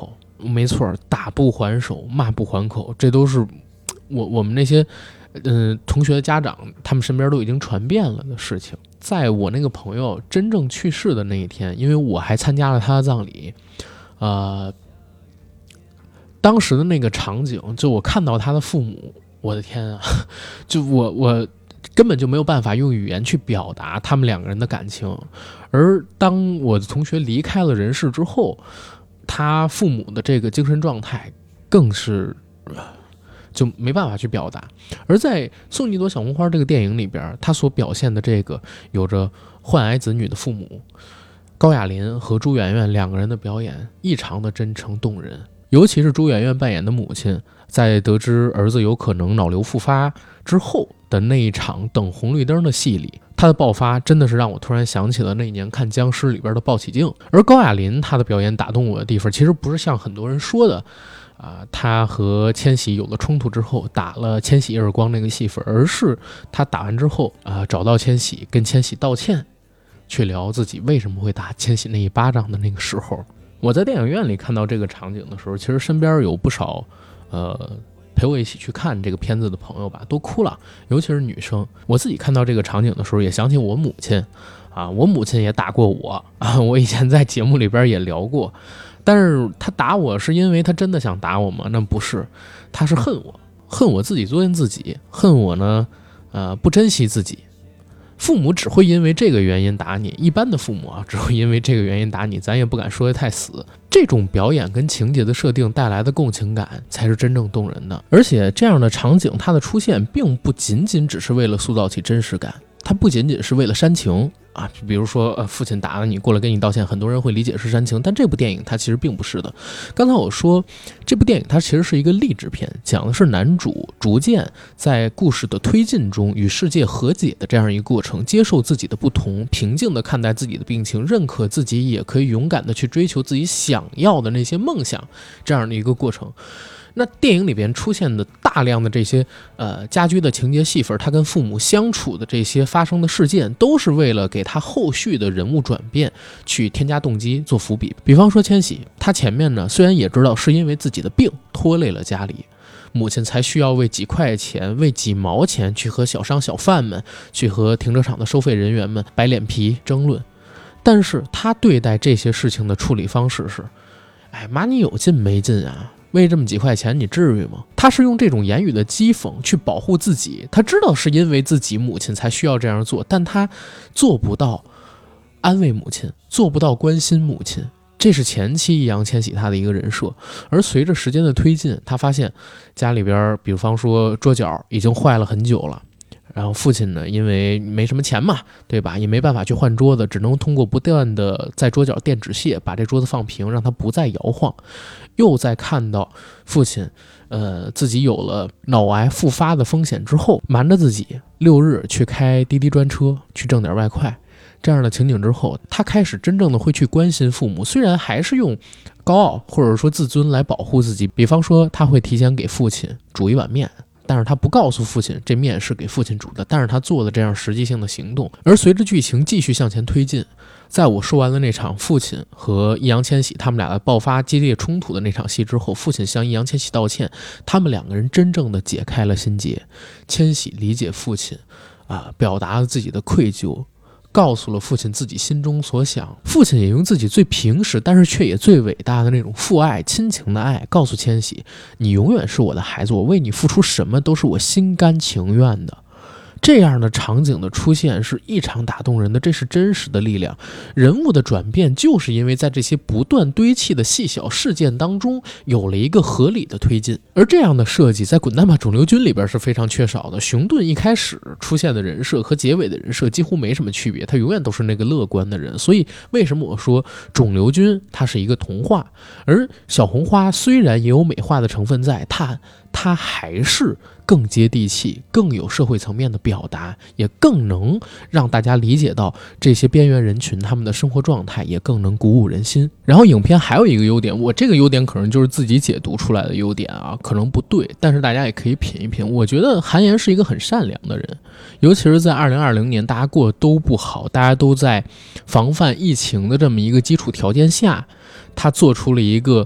没错，打不还手，骂不还口，这都是我我们那些嗯、呃、同学的家长他们身边都已经传遍了的事情。在我那个朋友真正去世的那一天，因为我还参加了他的葬礼，呃，当时的那个场景，就我看到他的父母，我的天啊，就我我根本就没有办法用语言去表达他们两个人的感情。而当我的同学离开了人世之后，他父母的这个精神状态更是就没办法去表达。而在《送你一朵小红花》这个电影里边，他所表现的这个有着患癌子女的父母高亚麟和朱媛媛两个人的表演异常的真诚动人，尤其是朱媛媛扮演的母亲，在得知儿子有可能脑瘤复发之后的那一场等红绿灯的戏里，他的爆发真的是让我突然想起了那一年看僵尸里边的鲍起静。而高亚麟他的表演打动我的地方，其实不是像很多人说的啊、呃，他和千玺有了冲突之后打了千玺一耳光那个戏份，而是他打完之后啊、呃，找到千玺跟千玺道歉，去聊自己为什么会打千玺那一巴掌的那个时候。我在电影院里看到这个场景的时候，其实身边有不少呃陪我一起去看这个片子的朋友吧，都哭了，尤其是女生。我自己看到这个场景的时候，也想起我母亲啊，我母亲也打过我啊，我以前在节目里边也聊过。但是她打我是因为她真的想打我吗？那不是，她是恨我，恨我自己作践自己，恨我呢，呃，不珍惜自己。父母只会因为这个原因打你，一般的父母啊，只会因为这个原因打你，咱也不敢说得太死。这种表演跟情节的设定带来的共情感才是真正动人的。而且这样的场景它的出现并不仅仅只是为了塑造起真实感，它不仅仅是为了煽情啊，比如说呃，父亲打了你过来跟你道歉，很多人会理解是煽情，但这部电影它其实并不是的。刚才我说这部电影它其实是一个励志片，讲的是男主逐渐在故事的推进中与世界和解的这样一个过程，接受自己的不同，平静地看待自己的病情，认可自己也可以勇敢地去追求自己想要的那些梦想，这样的一个过程。那电影里边出现的大量的这些呃家居的情节戏份，他跟父母相处的这些发生的事件，都是为了给他后续的人物转变去添加动机做伏笔。比方说千玺，他前面呢虽然也知道是因为自己的病拖累了家里，母亲才需要为几块钱为几毛钱去和小商小贩们去和停车场的收费人员们摆脸皮争论，但是他对待这些事情的处理方式是，哎妈，你有劲没劲啊，为这么几块钱你至于吗？他是用这种言语的讥讽去保护自己，他知道是因为自己母亲才需要这样做，但他做不到安慰母亲，做不到关心母亲，这是前期易烊千玺他的一个人设。而随着时间的推进，他发现家里边比方说桌角已经坏了很久了，然后父亲呢因为没什么钱嘛，对吧，也没办法去换桌子，只能通过不断的在桌角垫纸屑把这桌子放平，让它不再摇晃。又在看到父亲呃自己有了脑癌复发的风险之后，瞒着自己六日去开滴滴专车去挣点外快，这样的情景之后，他开始真正的会去关心父母，虽然还是用高傲或者说自尊来保护自己。比方说他会提前给父亲煮一碗面，但是他不告诉父亲这面是给父亲煮的，但是他做了这样实际性的行动。而随着剧情继续向前推进，在我说完了那场父亲和易烊千玺他们俩的爆发激烈冲突的那场戏之后，父亲向易烊千玺道歉，他们两个人真正的解开了心结。千玺理解父亲啊，表达了自己的愧疚，告诉了父亲自己心中所想。父亲也用自己最平实但是却也最伟大的那种父爱亲情的爱告诉千玺，你永远是我的孩子，我为你付出什么都是我心甘情愿的。这样的场景的出现是异常打动人的，这是真实的力量。人物的转变就是因为在这些不断堆砌的细小事件当中有了一个合理的推进，而这样的设计在《滚蛋吧肿瘤君》里边是非常缺少的。熊顿一开始出现的人设和结尾的人设几乎没什么区别，他永远都是那个乐观的人。所以为什么我说肿瘤君它是一个童话，而小红花虽然也有美化的成分在，它它还是更接地气，更有社会层面的表达，也更能让大家理解到这些边缘人群他们的生活状态，也更能鼓舞人心。然后影片还有一个优点，我这个优点可能就是自己解读出来的优点啊，可能不对，但是大家也可以品一品。我觉得韩延是一个很善良的人，尤其是在二零二零年大家过得都不好，大家都在防范疫情的这么一个基础条件下，他做出了一个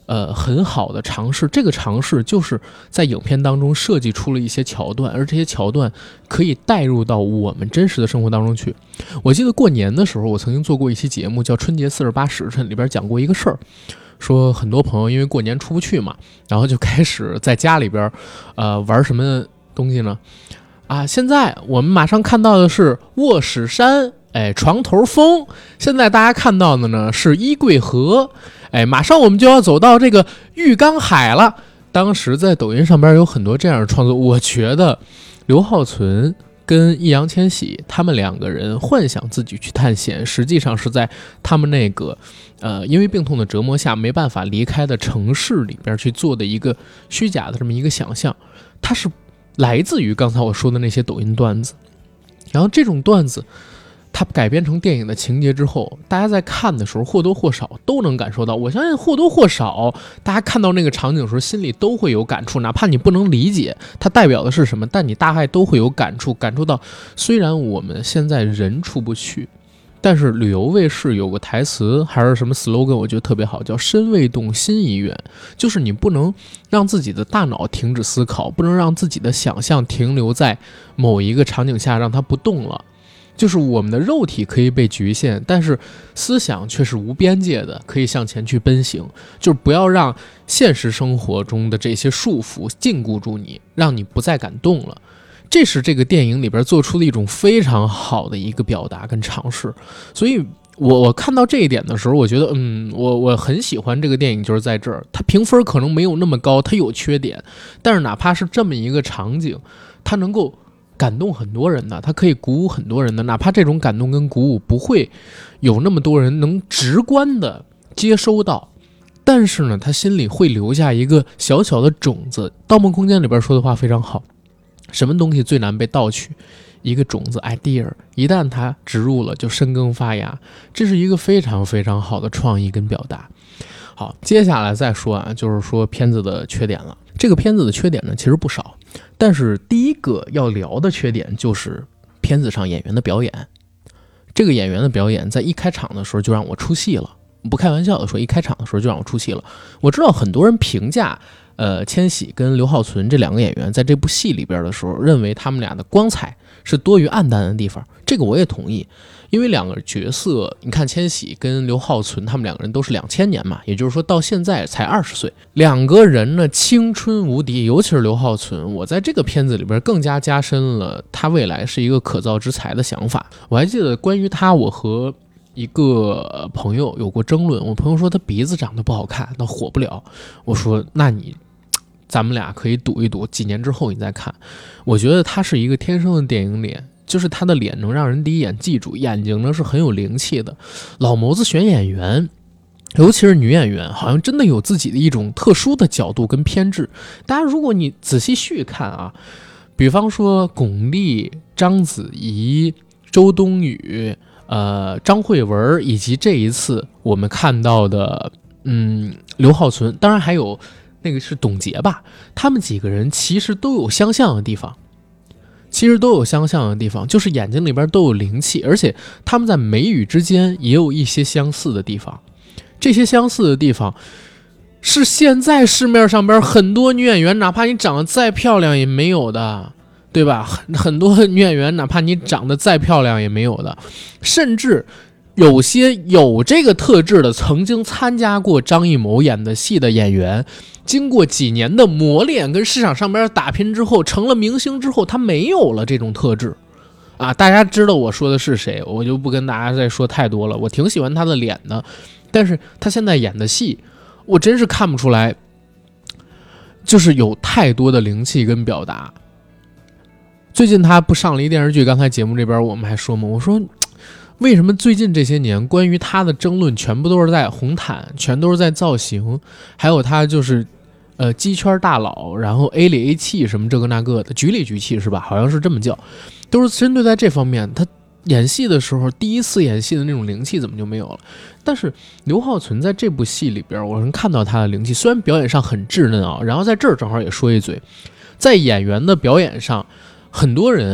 呃很好的尝试。这个尝试就是在影片当中设计出了一些桥段，而这些桥段可以带入到我们真实的生活当中去。我记得过年的时候，我曾经做过一期节目叫《春节四十八时辰》，里边讲过一个事儿，说很多朋友因为过年出不去嘛，然后就开始在家里边呃玩什么东西呢？啊，现在我们马上看到的是卧室山，哎，床头风。现在大家看到的呢是衣柜河，哎，马上我们就要走到这个浴缸海了。当时在抖音上边有很多这样的创作，我觉得刘浩存跟易烊千玺他们两个人幻想自己去探险，实际上是在他们那个呃因为病痛的折磨下没办法离开的城市里边去做的一个虚假的这么一个想象，它是来自于刚才我说的那些抖音段子。然后这种段子它改编成电影的情节之后，大家在看的时候或多或少都能感受到，我相信或多或少大家看到那个场景的时候心里都会有感触，哪怕你不能理解它代表的是什么，但你大概都会有感触，感触到虽然我们现在人出不去，但是旅游卫视有个台词还是什么 slogan 我觉得特别好，叫身未动心已远，就是你不能让自己的大脑停止思考，不能让自己的想象停留在某一个场景下让它不动了。就是我们的肉体可以被局限，但是思想却是无边界的，可以向前去奔行。就是不要让现实生活中的这些束缚禁锢住你，让你不再敢动了。这是这个电影里边做出的一种非常好的一个表达跟尝试。所以我我看到这一点的时候，我觉得嗯，我我很喜欢这个电影，就是在这儿，它评分可能没有那么高，它有缺点，但是哪怕是这么一个场景，它能够感动很多人的，它可以鼓舞很多人的，哪怕这种感动跟鼓舞不会有那么多人能直观的接收到，但是呢，他心里会留下一个小小的种子。盗梦空间里边说的话非常好，什么东西最难被盗取？一个种子 idea， 一旦它植入了就生根发芽，这是一个非常非常好的创意跟表达。好，接下来再说啊，就是说片子的缺点了。这个片子的缺点呢其实不少，但是第一个要聊的缺点就是片子上演员的表演。这个演员的表演在一开场的时候就让我出戏了，不开玩笑的说，一开场的时候就让我出戏了。我知道很多人评价呃千玺跟刘浩存这两个演员在这部戏里边的时候，认为他们俩的光彩是多于暗淡的地方，这个我也同意。因为两个角色，你看千玺跟刘浩存他们两个人都是两千年嘛，也就是说到现在才二十岁，两个人呢青春无敌，尤其是刘浩存，我在这个片子里边更加加深了他未来是一个可造之材的想法。我还记得关于他，我和一个朋友有过争论，我朋友说他鼻子长得不好看，他火不了。我说那你咱们俩可以赌一赌，几年之后你再看。我觉得他是一个天生的电影脸，就是他的脸能让人第一眼记住，眼睛呢是很有灵气的。老谋子选演员，尤其是女演员，好像真的有自己的一种特殊的角度跟偏执。大家如果你仔细细看啊，比方说巩俐、章子怡、周冬雨、呃张慧雯，以及这一次我们看到的嗯刘浩存，当然还有那个是董洁吧，他们几个人其实都有相像的地方。其实都有相像的地方，就是眼睛里边都有灵气，而且他们在眉宇之间也有一些相似的地方。这些相似的地方是现在市面上边很多女演员，哪怕你长得再漂亮也没有的，对吧？很很多女演员哪怕你长得再漂亮也没有的，甚至有些有这个特质的曾经参加过张艺谋演的戏的演员，经过几年的磨练跟市场上边打拼之后，成了明星之后，他没有了这种特质啊。大家知道我说的是谁，我就不跟大家再说太多了。我挺喜欢他的脸的，但是他现在演的戏我真是看不出来，就是有太多的灵气跟表达。最近他不上了一电视剧，刚才节目这边我们还说嘛，我说为什么最近这些年关于他的争论全部都是在红毯，全都是在造型，还有他就是呃鸡圈大佬，然后 A 里 A 气什么这个那个的，局里局气是吧，好像是这么叫，都是针对在这方面。他演戏的时候第一次演戏的那种灵气怎么就没有了？但是刘浩存在这部戏里边我能看到他的灵气，虽然表演上很稚嫩啊。然后在这儿正好也说一嘴，在演员的表演上，很多人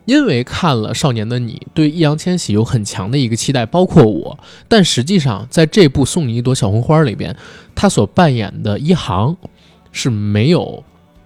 因为看了《少年的你》，对易烊千玺有很强的一个期待，包括我。但实际上，在这部《送你一朵小红花》里边，他所扮演的一航是没有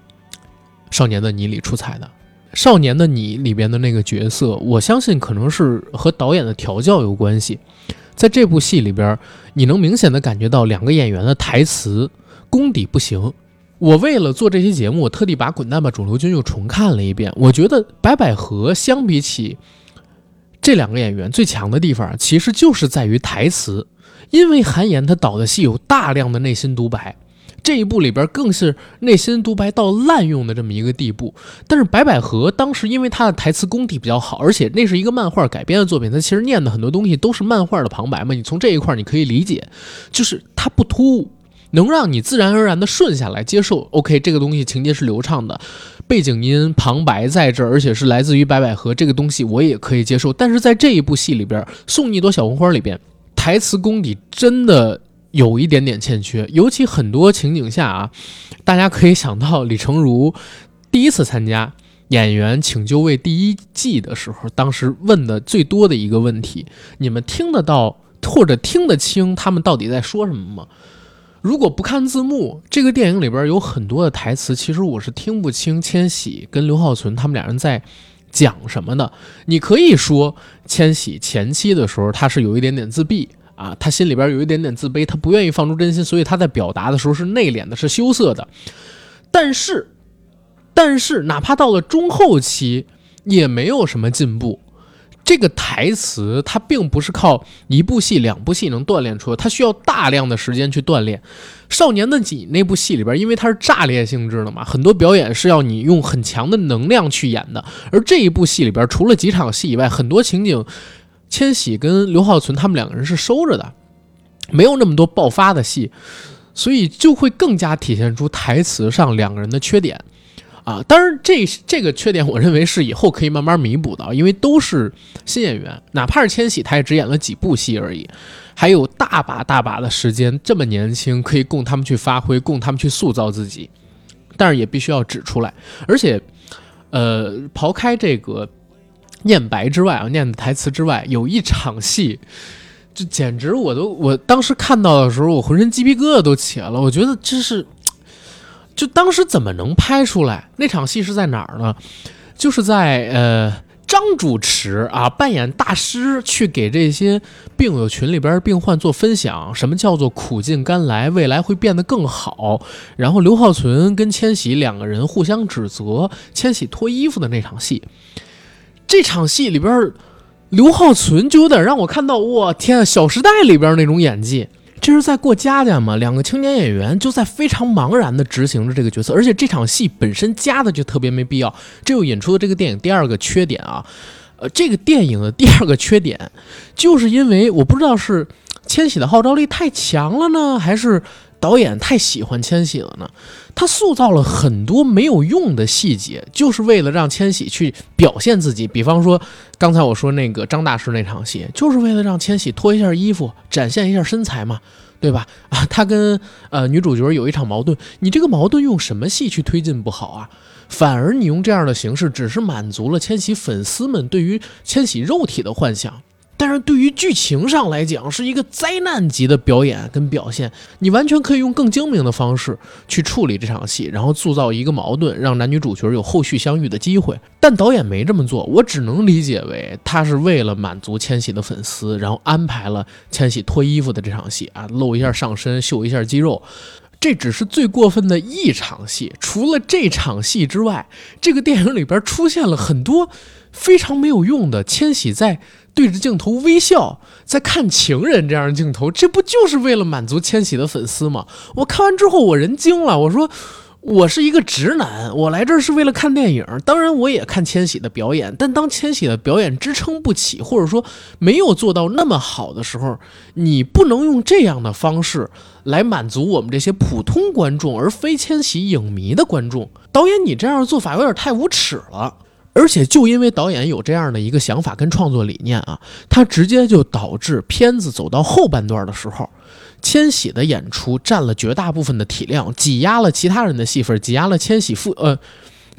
《少年的你》里出彩的。《少年的你》里边的那个角色，我相信可能是和导演的调教有关系。在这部戏里边，你能明显的感觉到两个演员的台词功底不行。我为了做这期节目，我特地把《滚蛋吧，肿瘤君》又重看了一遍。我觉得白百合相比起这两个演员最强的地方，其实就是在于台词。因为韩延他导的戏有大量的内心独白，这一部里边更是内心独白到滥用的这么一个地步。但是白百合当时因为他的台词功底比较好，而且那是一个漫画改编的作品，他其实念的很多东西都是漫画的旁白嘛，你从这一块你可以理解，就是他不突兀，能让你自然而然的顺下来接受。 OK， 这个东西情节是流畅的，背景音旁白在这儿，而且是来自于白百合，这个东西我也可以接受。但是在这一部戏里边，《送你一朵小红花》里边，台词功底真的有一点点欠缺，尤其很多情景下啊，大家可以想到李成儒第一次参加演员请就位第一季的时候，当时问的最多的一个问题，你们听得到或者听得清他们到底在说什么吗？如果不看字幕，这个电影里边有很多的台词，其实我是听不清千玺跟刘浩存他们两人在讲什么的。你可以说千玺前期的时候他是有一点点自闭啊，他心里边有一点点自卑，他不愿意放出真心，所以他在表达的时候是内敛的，是羞涩的。但是但是哪怕到了中后期也没有什么进步。这个台词它并不是靠一部戏两部戏能锻炼出来，它需要大量的时间去锻炼。少年的你那部戏里边，因为它是炸裂性质的嘛，很多表演是要你用很强的能量去演的，而这一部戏里边除了几场戏以外，很多情景千玺跟刘浩存他们两个人是收着的，没有那么多爆发的戏，所以就会更加体现出台词上两个人的缺点啊。当然这这个缺点我认为是以后可以慢慢弥补的，因为都是新演员，哪怕是千玺他也只演了几部戏而已，还有大把大把的时间，这么年轻可以供他们去发挥，供他们去塑造自己。但是也必须要指出来，而且呃，刨开这个念白之外啊，念的台词之外，有一场戏就简直我都我当时看到的时候我浑身鸡皮疙瘩都起来了。我觉得这是就当时怎么能拍出来？那场戏是在哪儿呢？就是在呃张主持啊扮演大师去给这些病友群里边病患做分享，什么叫做苦尽甘来，未来会变得更好。然后刘浩存跟千玺两个人互相指责，千玺脱衣服的那场戏，这场戏里边刘浩存就有点让我看到，哇天啊，小时代里边那种演技。这是在过家家嘛？两个青年演员就在非常茫然的执行着这个角色，而且这场戏本身加的就特别没必要，这又引出了这个电影第二个缺点啊。呃，这个电影的第二个缺点，就是因为我不知道是千玺的号召力太强了呢，还是导演太喜欢千玺了呢？他塑造了很多没有用的细节，就是为了让千玺去表现自己。比方说刚才我说那个张大师那场戏，就是为了让千玺脱一下衣服，展现一下身材嘛，对吧？啊，他跟呃女主角有一场矛盾，你这个矛盾用什么戏去推进不好啊？反而你用这样的形式，只是满足了千玺粉丝们对于千玺肉体的幻想。但是对于剧情上来讲，是一个灾难级的表演跟表现，你完全可以用更精明的方式去处理这场戏，然后塑造一个矛盾，让男女主角有后续相遇的机会。但导演没这么做，我只能理解为他是为了满足千玺的粉丝，然后安排了千玺脱衣服的这场戏啊，露一下上身，秀一下肌肉。这只是最过分的一场戏，除了这场戏之外，这个电影里边出现了很多非常没有用的千玺在对着镜头微笑，在看情人这样的镜头，这不就是为了满足千玺的粉丝吗？我看完之后我人惊了，我说我是一个直男，我来这儿是为了看电影，当然我也看千玺的表演，但当千玺的表演支撑不起，或者说没有做到那么好的时候，你不能用这样的方式来满足我们这些普通观众而非千玺影迷的观众。导演你这样的做法有点太无耻了。而且就因为导演有这样的一个想法跟创作理念啊，他直接就导致片子走到后半段的时候，千玺的演出占了绝大部分的体量，挤压了其他人的戏份，挤压了千玺副呃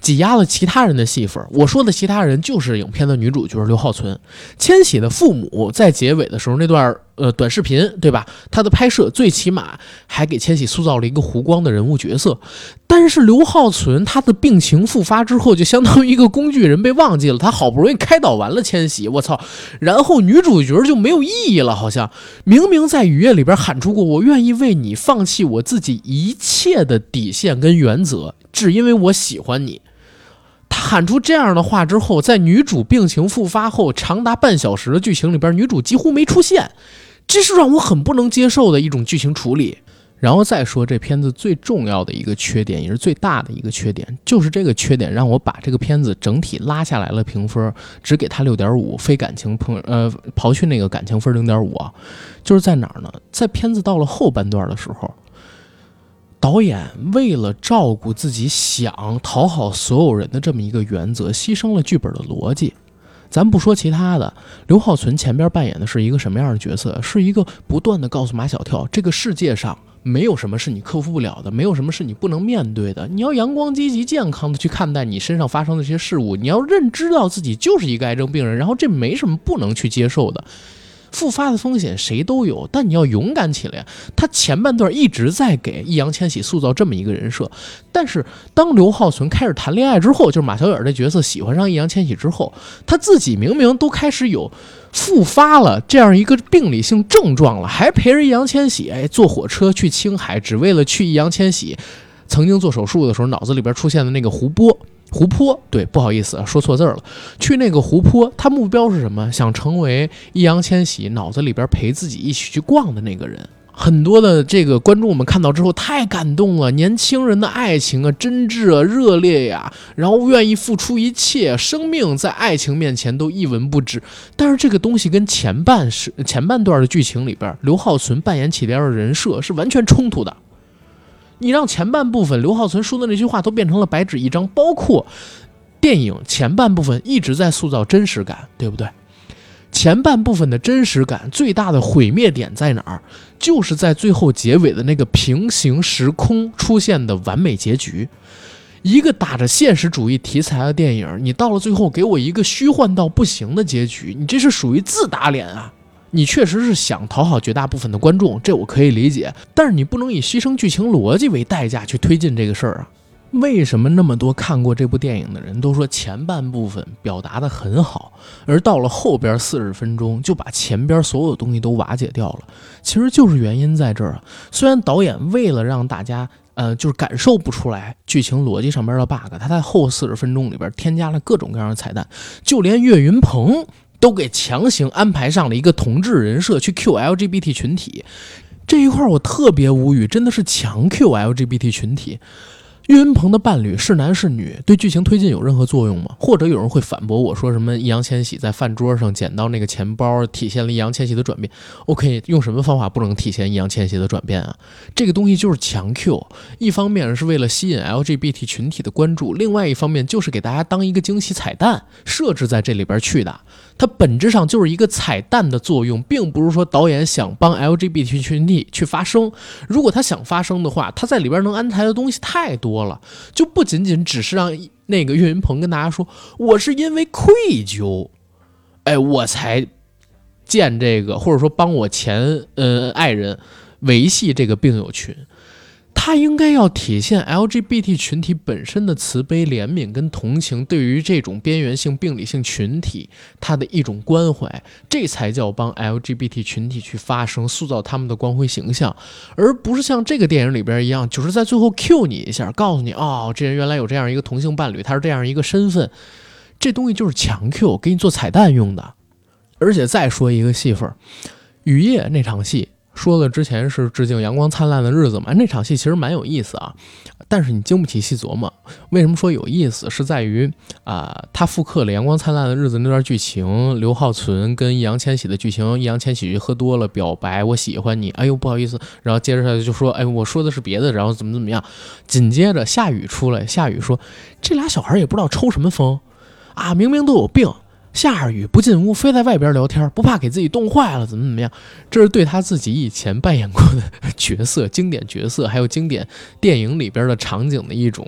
挤压了其他人的戏份。我说的其他人就是影片的女主角刘浩存。千玺的父母在结尾的时候那段呃短视频，对吧？他的拍摄最起码还给千玺塑造了一个湖光的人物角色。但是刘浩存他的病情复发之后，就相当于一个工具人被忘记了。他好不容易开导完了千玺，我操！然后女主角就没有意义了，好像明明在雨夜里边喊出过我愿意为你放弃我自己一切的底线跟原则，只因为我喜欢你。他喊出这样的话之后，在女主病情复发后长达半小时的剧情里边，女主几乎没出现，这是让我很不能接受的一种剧情处理。然后再说这片子最重要的一个缺点，也是最大的一个缺点，就是这个缺点让我把这个片子整体拉下来了评分，只给它 六点五， 非感情碰呃刨去那个感情分 零点五 啊，就是在哪儿呢？在片子到了后半段的时候，导演为了照顾自己想讨好所有人的这么一个原则，牺牲了剧本的逻辑。咱不说其他的，刘浩存前边扮演的是一个什么样的角色？是一个不断的告诉马小跳，这个世界上没有什么是你克服不了的，没有什么是你不能面对的。你要阳光积极健康的去看待你身上发生的这些事物，你要认知到自己就是一个癌症病人，然后这没什么不能去接受的。复发的风险谁都有，但你要勇敢起来。他前半段一直在给易烊千玺塑造这么一个人设，但是当刘浩存开始谈恋爱之后，就是马小远的角色喜欢上易烊千玺之后，他自己明明都开始有复发了这样一个病理性症状了，还陪着易烊千玺哎坐火车去青海，只为了去易烊千玺曾经做手术的时候脑子里边出现的那个湖泊。湖泊，对，不好意思说错字了。去那个湖泊，他目标是什么？想成为易烊千玺脑子里边陪自己一起去逛的那个人。很多的这个观众我们看到之后太感动了，年轻人的爱情啊，真挚啊，热烈呀，然后愿意付出一切，生命在爱情面前都一文不值。但是这个东西跟前半是前半段的剧情里边，刘浩存扮演起来的人设是完全冲突的。你让前半部分刘浩存说的那句话都变成了白纸一张，包括电影前半部分一直在塑造真实感，对不对？前半部分的真实感最大的毁灭点在哪儿？就是在最后结尾的那个平行时空出现的完美结局。一个打着现实主义题材的电影，你到了最后给我一个虚幻到不行的结局，你这是属于自打脸啊！你确实是想讨好绝大部分的观众，这我可以理解，但是你不能以牺牲剧情逻辑为代价去推进这个事儿啊。为什么那么多看过这部电影的人都说前半部分表达得很好，而到了后边四十分钟就把前边所有东西都瓦解掉了？其实就是原因在这儿啊。虽然导演为了让大家呃，就是感受不出来剧情逻辑上边的 bug， 他在后四十分钟里边添加了各种各样的彩蛋，就连岳云鹏都给强行安排上了一个同志人设去 Q L G B T 群体，这一块我特别无语，真的是强 Q L G B T 群体。岳云鹏的伴侣是男是女，对剧情推进有任何作用吗？或者有人会反驳我说什么易烊千玺在饭桌上捡到那个钱包，体现了易烊千玺的转变。OK， 用什么方法不能体现易烊千玺的转变啊？这个东西就是强 Q， 一方面是为了吸引 L G B T 群体的关注，另外一方面就是给大家当一个惊喜彩蛋设置在这里边去的。它本质上就是一个彩蛋的作用，并不是说导演想帮 L G B T 群体去发声。如果他想发声的话，他在里边能安排的东西太多了，就不仅仅只是让那个岳云鹏跟大家说我是因为愧疚哎我才见这个，或者说帮我前呃爱人维系这个病友群。他应该要体现 L G B T 群体本身的慈悲怜悯跟同情，对于这种边缘性病理性群体他的一种关怀，这才叫帮 L G B T 群体去发声，塑造他们的光辉形象，而不是像这个电影里边一样，就是在最后 Q 你一下，告诉你哦，这人原来有这样一个同性伴侣，他是这样一个身份，这东西就是强 Q， 给你做彩蛋用的。而且再说一个戏份，雨夜那场戏说了之前是致敬阳光灿烂的日子嘛，那场戏其实蛮有意思啊，但是你经不起细琢磨。为什么说有意思？是在于啊、呃，他复刻了阳光灿烂的日子那段剧情，刘浩存跟易烊千玺的剧情，易烊千玺喝多了表白我喜欢你，哎呦不好意思，然后接着就说哎我说的是别的，然后怎么怎么样。紧接着夏雨出来，夏雨说这俩小孩也不知道抽什么风啊，明明都有病，下着雨不进屋，非在外边聊天，不怕给自己冻坏了，怎么怎么样？这是对他自己以前扮演过的角色、经典角色，还有经典电影里边的场景的一种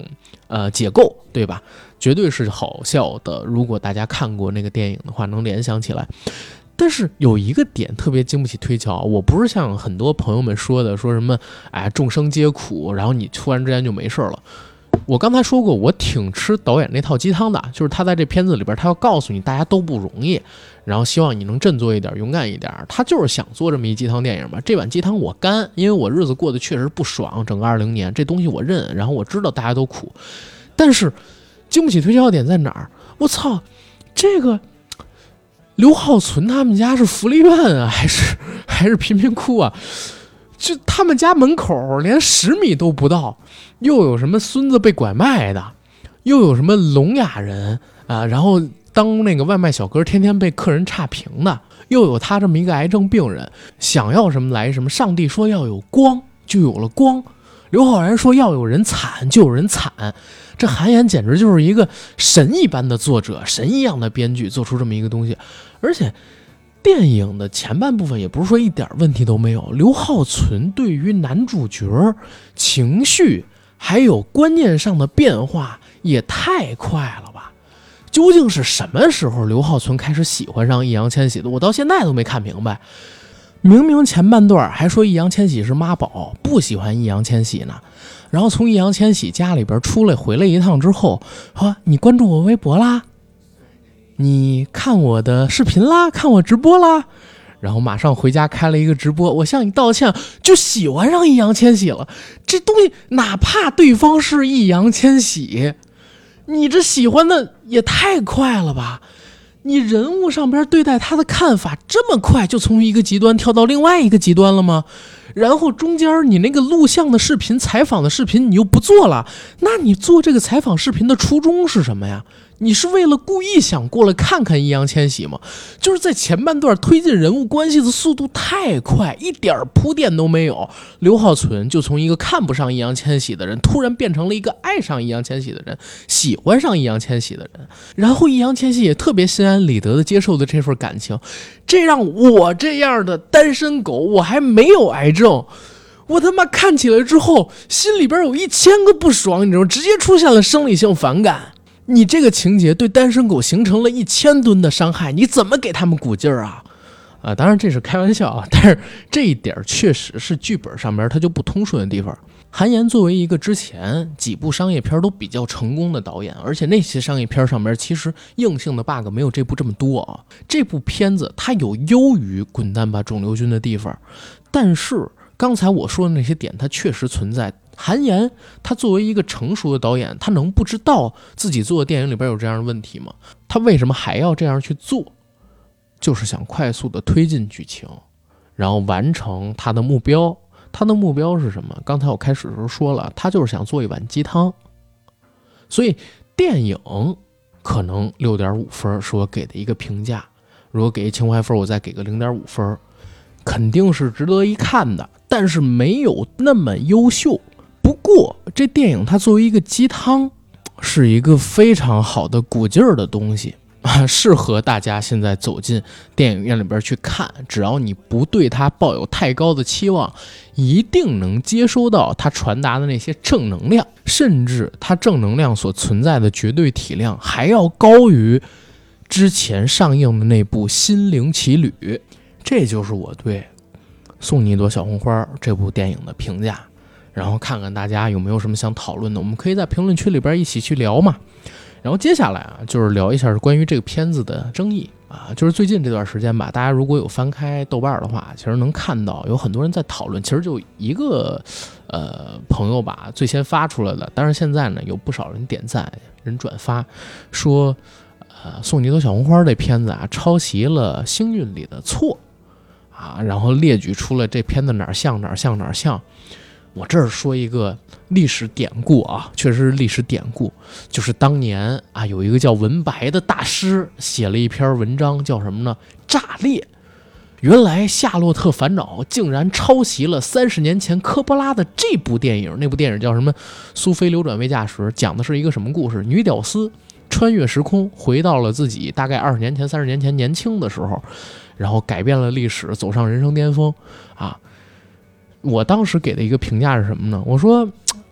呃解构，对吧？绝对是好笑的。如果大家看过那个电影的话，能联想起来。但是有一个点特别经不起推敲，我不是像很多朋友们说的，说什么哎众生皆苦，然后你突然之间就没事了。我刚才说过，我挺吃导演那套鸡汤的，就是他在这片子里边，他要告诉你大家都不容易，然后希望你能振作一点，勇敢一点。他就是想做这么一鸡汤电影嘛。这碗鸡汤我干，因为我日子过得确实不爽，整个二零年这东西我认，然后我知道大家都苦，但是经不起推敲点在哪儿？我操，这个刘浩存他们家是福利院啊，还是还是贫民窟啊？就他们家门口连十米都不到，又有什么孙子被拐卖的，又有什么聋哑人啊，然后当那个外卖小哥天天被客人差评的，又有他这么一个癌症病人，想要什么来什么。上帝说要有光，就有了光；刘昊然说要有人惨，就有人惨。这韩延简直就是一个神一般的作者，神一样的编剧，做出这么一个东西。而且电影的前半部分也不是说一点问题都没有，刘浩存对于男主角情绪还有观念上的变化也太快了吧。究竟是什么时候刘浩存开始喜欢上易烊千玺的，我到现在都没看明白。明明前半段还说易烊千玺是妈宝，不喜欢易烊千玺呢，然后从易烊千玺家里边出来回来一趟之后，啊，你关注我微博啦，你看我的视频啦，看我直播啦，然后马上回家开了一个直播，我向你道歉，就喜欢上易烊千玺了。这东西哪怕对方是易烊千玺，你这喜欢的也太快了吧。你人物上边对待他的看法这么快，就从一个极端跳到另外一个极端了吗？然后中间你那个录像的视频、采访的视频你又不做了，那你做这个采访视频的初衷是什么呀？你是为了故意想过来看看易烊千玺吗？就是在前半段推进人物关系的速度太快，一点铺垫都没有。刘浩存就从一个看不上易烊千玺的人，突然变成了一个爱上易烊千玺的人，喜欢上易烊千玺的人。然后易烊千玺也特别心安理得的接受了这份感情，这让我这样的单身狗，我还没有癌症，我他妈看起来之后心里边有一千个不爽，你知道，直接出现了生理性反感。你这个情节对单身狗形成了一千吨的伤害，你怎么给他们鼓劲儿啊？啊，当然这是开玩笑啊，但是这一点确实是剧本上面它就不通顺的地方。韩延作为一个之前几部商业片都比较成功的导演，而且那些商业片上面其实硬性的 bug 没有这部这么多啊。这部片子它有优于《滚蛋吧肿瘤君》的地方，但是刚才我说的那些点它确实存在。韩延他作为一个成熟的导演，他能不知道自己做的电影里边有这样的问题吗？他为什么还要这样去做？就是想快速的推进剧情，然后完成他的目标。他的目标是什么？刚才我开始的时候说了，他就是想做一碗鸡汤。所以电影可能 六点五 分是我给的一个评价，如果给情怀分我再给个 零点五 分，肯定是值得一看的，但是没有那么优秀。不过这电影它作为一个鸡汤，是一个非常好的鼓劲儿的东西啊，适合大家现在走进电影院里边去看。只要你不对它抱有太高的期望，一定能接收到它传达的那些正能量，甚至它正能量所存在的绝对体量还要高于之前上映的那部《心灵奇旅》。这就是我对《送你一朵小红花》这部电影的评价。然后看看大家有没有什么想讨论的，我们可以在评论区里边一起去聊嘛。然后接下来啊，就是聊一下关于这个片子的争议啊，就是最近这段时间吧，大家如果有翻开豆瓣的话，其实能看到有很多人在讨论。其实就一个呃朋友吧最先发出来的，但是现在呢有不少人点赞、人转发，说呃送你一朵小红花这片子啊抄袭了《星运》里的错啊，然后列举出了这片子哪儿像哪儿像哪儿像。我这儿说一个历史典故啊，确实是历史典故，就是当年啊有一个叫文白的大师写了一篇文章，叫什么呢？炸裂。原来夏洛特烦恼竟然抄袭了三十年前科波拉的这部电影，那部电影叫什么？苏菲流转未嫁时，讲的是一个什么故事？女屌丝穿越时空，回到了自己大概二十年前、三十年前年轻的时候，然后改变了历史，走上人生巅峰啊。我当时给的一个评价是什么呢？我说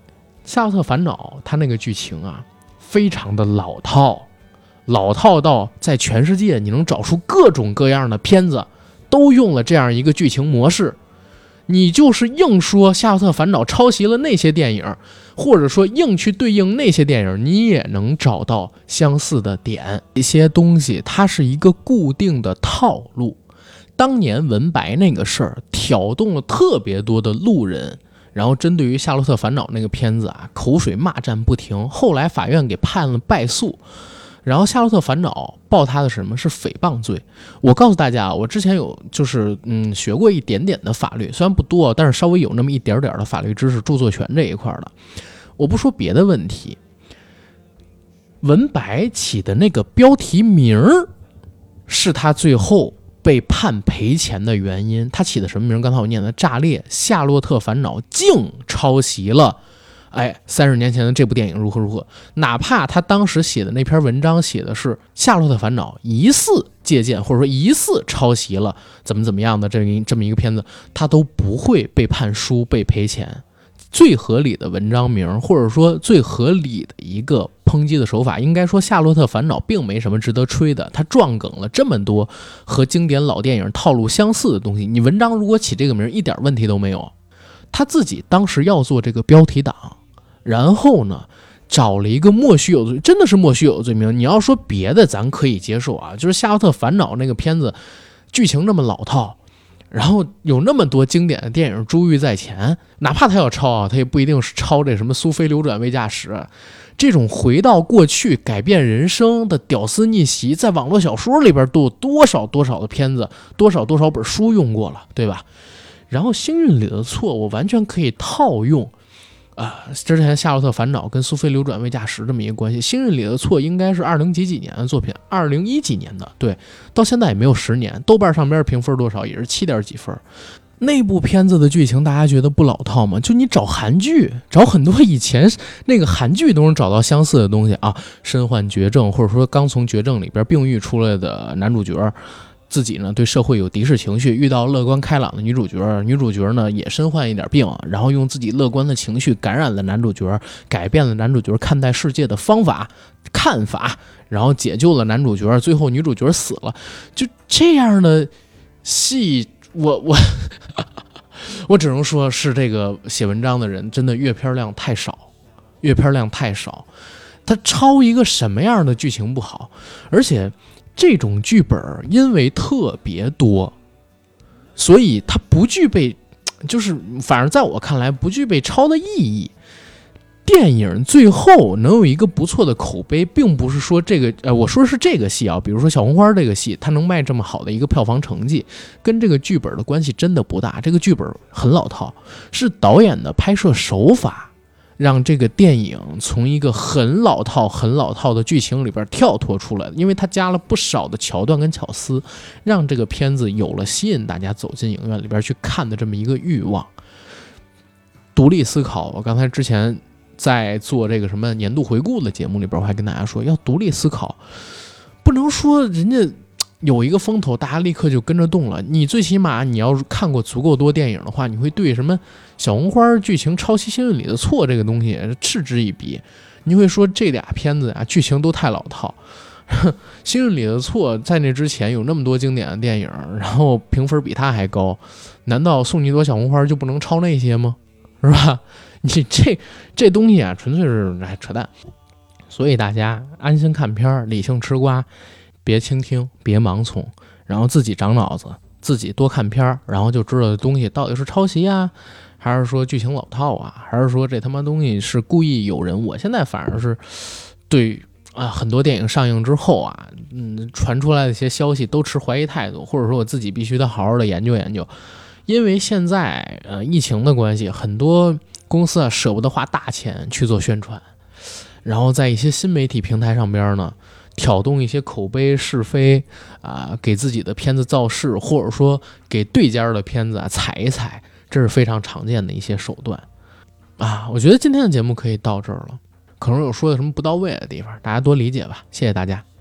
夏洛特烦恼它那个剧情啊，非常的老套，老套到在全世界你能找出各种各样的片子都用了这样一个剧情模式。你就是硬说夏洛特烦恼抄袭了那些电影，或者说硬去对应那些电影，你也能找到相似的点。一些东西它是一个固定的套路。当年文白那个事儿挑动了特别多的路人，然后针对于夏洛特烦恼那个片子啊，口水骂战不停，后来法院给判了败诉。然后夏洛特烦恼报他的什么是诽谤罪。我告诉大家，我之前有就是嗯学过一点点的法律，虽然不多，但是稍微有那么一点点的法律知识，著作权这一块的。我不说别的问题，文白起的那个标题名是他最后被判赔钱的原因。他起的什么名？刚才我念的炸裂，夏洛特烦恼竟抄袭了哎，三十年前的这部电影如何如何，哪怕他当时写的那篇文章写的是《夏洛特烦恼》疑似借鉴或者说疑似抄袭了怎么怎么样的这么这么一个片子，他都不会被判输被赔钱。最合理的文章名或者说最合理的一个抨击的手法，应该说《夏洛特烦恼》并没什么值得吹的，他撞梗了这么多和经典老电影套路相似的东西，你文章如果起这个名一点问题都没有。他自己当时要做这个标题党，然后呢，找了一个莫须有罪，真的是莫须有罪名。你要说别的，咱可以接受啊，就是《夏洛特烦恼》那个片子，剧情那么老套，然后有那么多经典的电影珠玉在前，哪怕他要抄啊，他也不一定是抄这什么苏菲流转未嫁时，这种回到过去改变人生的屌丝逆袭，在网络小说里边都有多少多少的片子，多少多少本书用过了，对吧？然后星运里的错，我完全可以套用。啊、呃，之前《夏洛特烦恼》跟苏菲流转未嫁时这么一个关系，《星运里的错》应该是二零几几年的作品，二零一几年的，对，到现在也没有十年，豆瓣上边评分多少也是七点几分。那部片子的剧情大家觉得不老套吗？就你找韩剧，找很多以前那个韩剧都能找到相似的东西啊，身患绝症或者说刚从绝症里边病愈出来的男主角。自己呢对社会有敌视情绪，遇到乐观开朗的女主角，女主角呢也身患一点病，然后用自己乐观的情绪感染了男主角，改变了男主角看待世界的方法看法，然后解救了男主角，最后女主角死了。就这样的戏，我我我只能说是这个写文章的人真的阅片量太少，阅片量太少。他抄一个什么样的剧情不好，而且这种剧本因为特别多，所以它不具备，就是反正在我看来不具备抄的意义。电影最后能有一个不错的口碑，并不是说这个呃，我说的是这个戏啊，比如说小红花这个戏，它能卖这么好的一个票房成绩，跟这个剧本的关系真的不大。这个剧本很老套，是导演的拍摄手法让这个电影从一个很老套很老套的剧情里边跳脱出来的，因为它加了不少的桥段跟巧思，让这个片子有了吸引大家走进影院里边去看的这么一个欲望。独立思考，我刚才之前在做这个什么年度回顾的节目里边，我还跟大家说要独立思考，不能说人家有一个风头大家立刻就跟着动了，你最起码你要看过足够多电影的话，你会对什么小红花剧情抄袭星运里的错这个东西嗤之以鼻，你会说这俩片子啊剧情都太老套。星运里的错在那之前有那么多经典的电影，然后评分比它还高，难道送你一朵小红花就不能抄那些吗？是吧？你这这东西啊纯粹是哎扯淡。所以大家安心看片，理性吃瓜，别倾听，别盲从，然后自己长脑子，自己多看片，然后就知道东西到底是抄袭啊，还是说剧情老套啊，还是说这他妈东西是故意有人。我现在反而是对啊很多电影上映之后啊，嗯，传出来的一些消息都持怀疑态度，或者说我自己必须得好好的研究研究。因为现在呃疫情的关系，很多公司啊舍不得花大钱去做宣传，然后在一些新媒体平台上边呢挑动一些口碑是非啊、呃，给自己的片子造势，或者说给对家的片子啊踩一踩，这是非常常见的一些手段啊。我觉得今天的节目可以到这儿了，可能有说的什么不到位的地方，大家多理解吧，谢谢大家。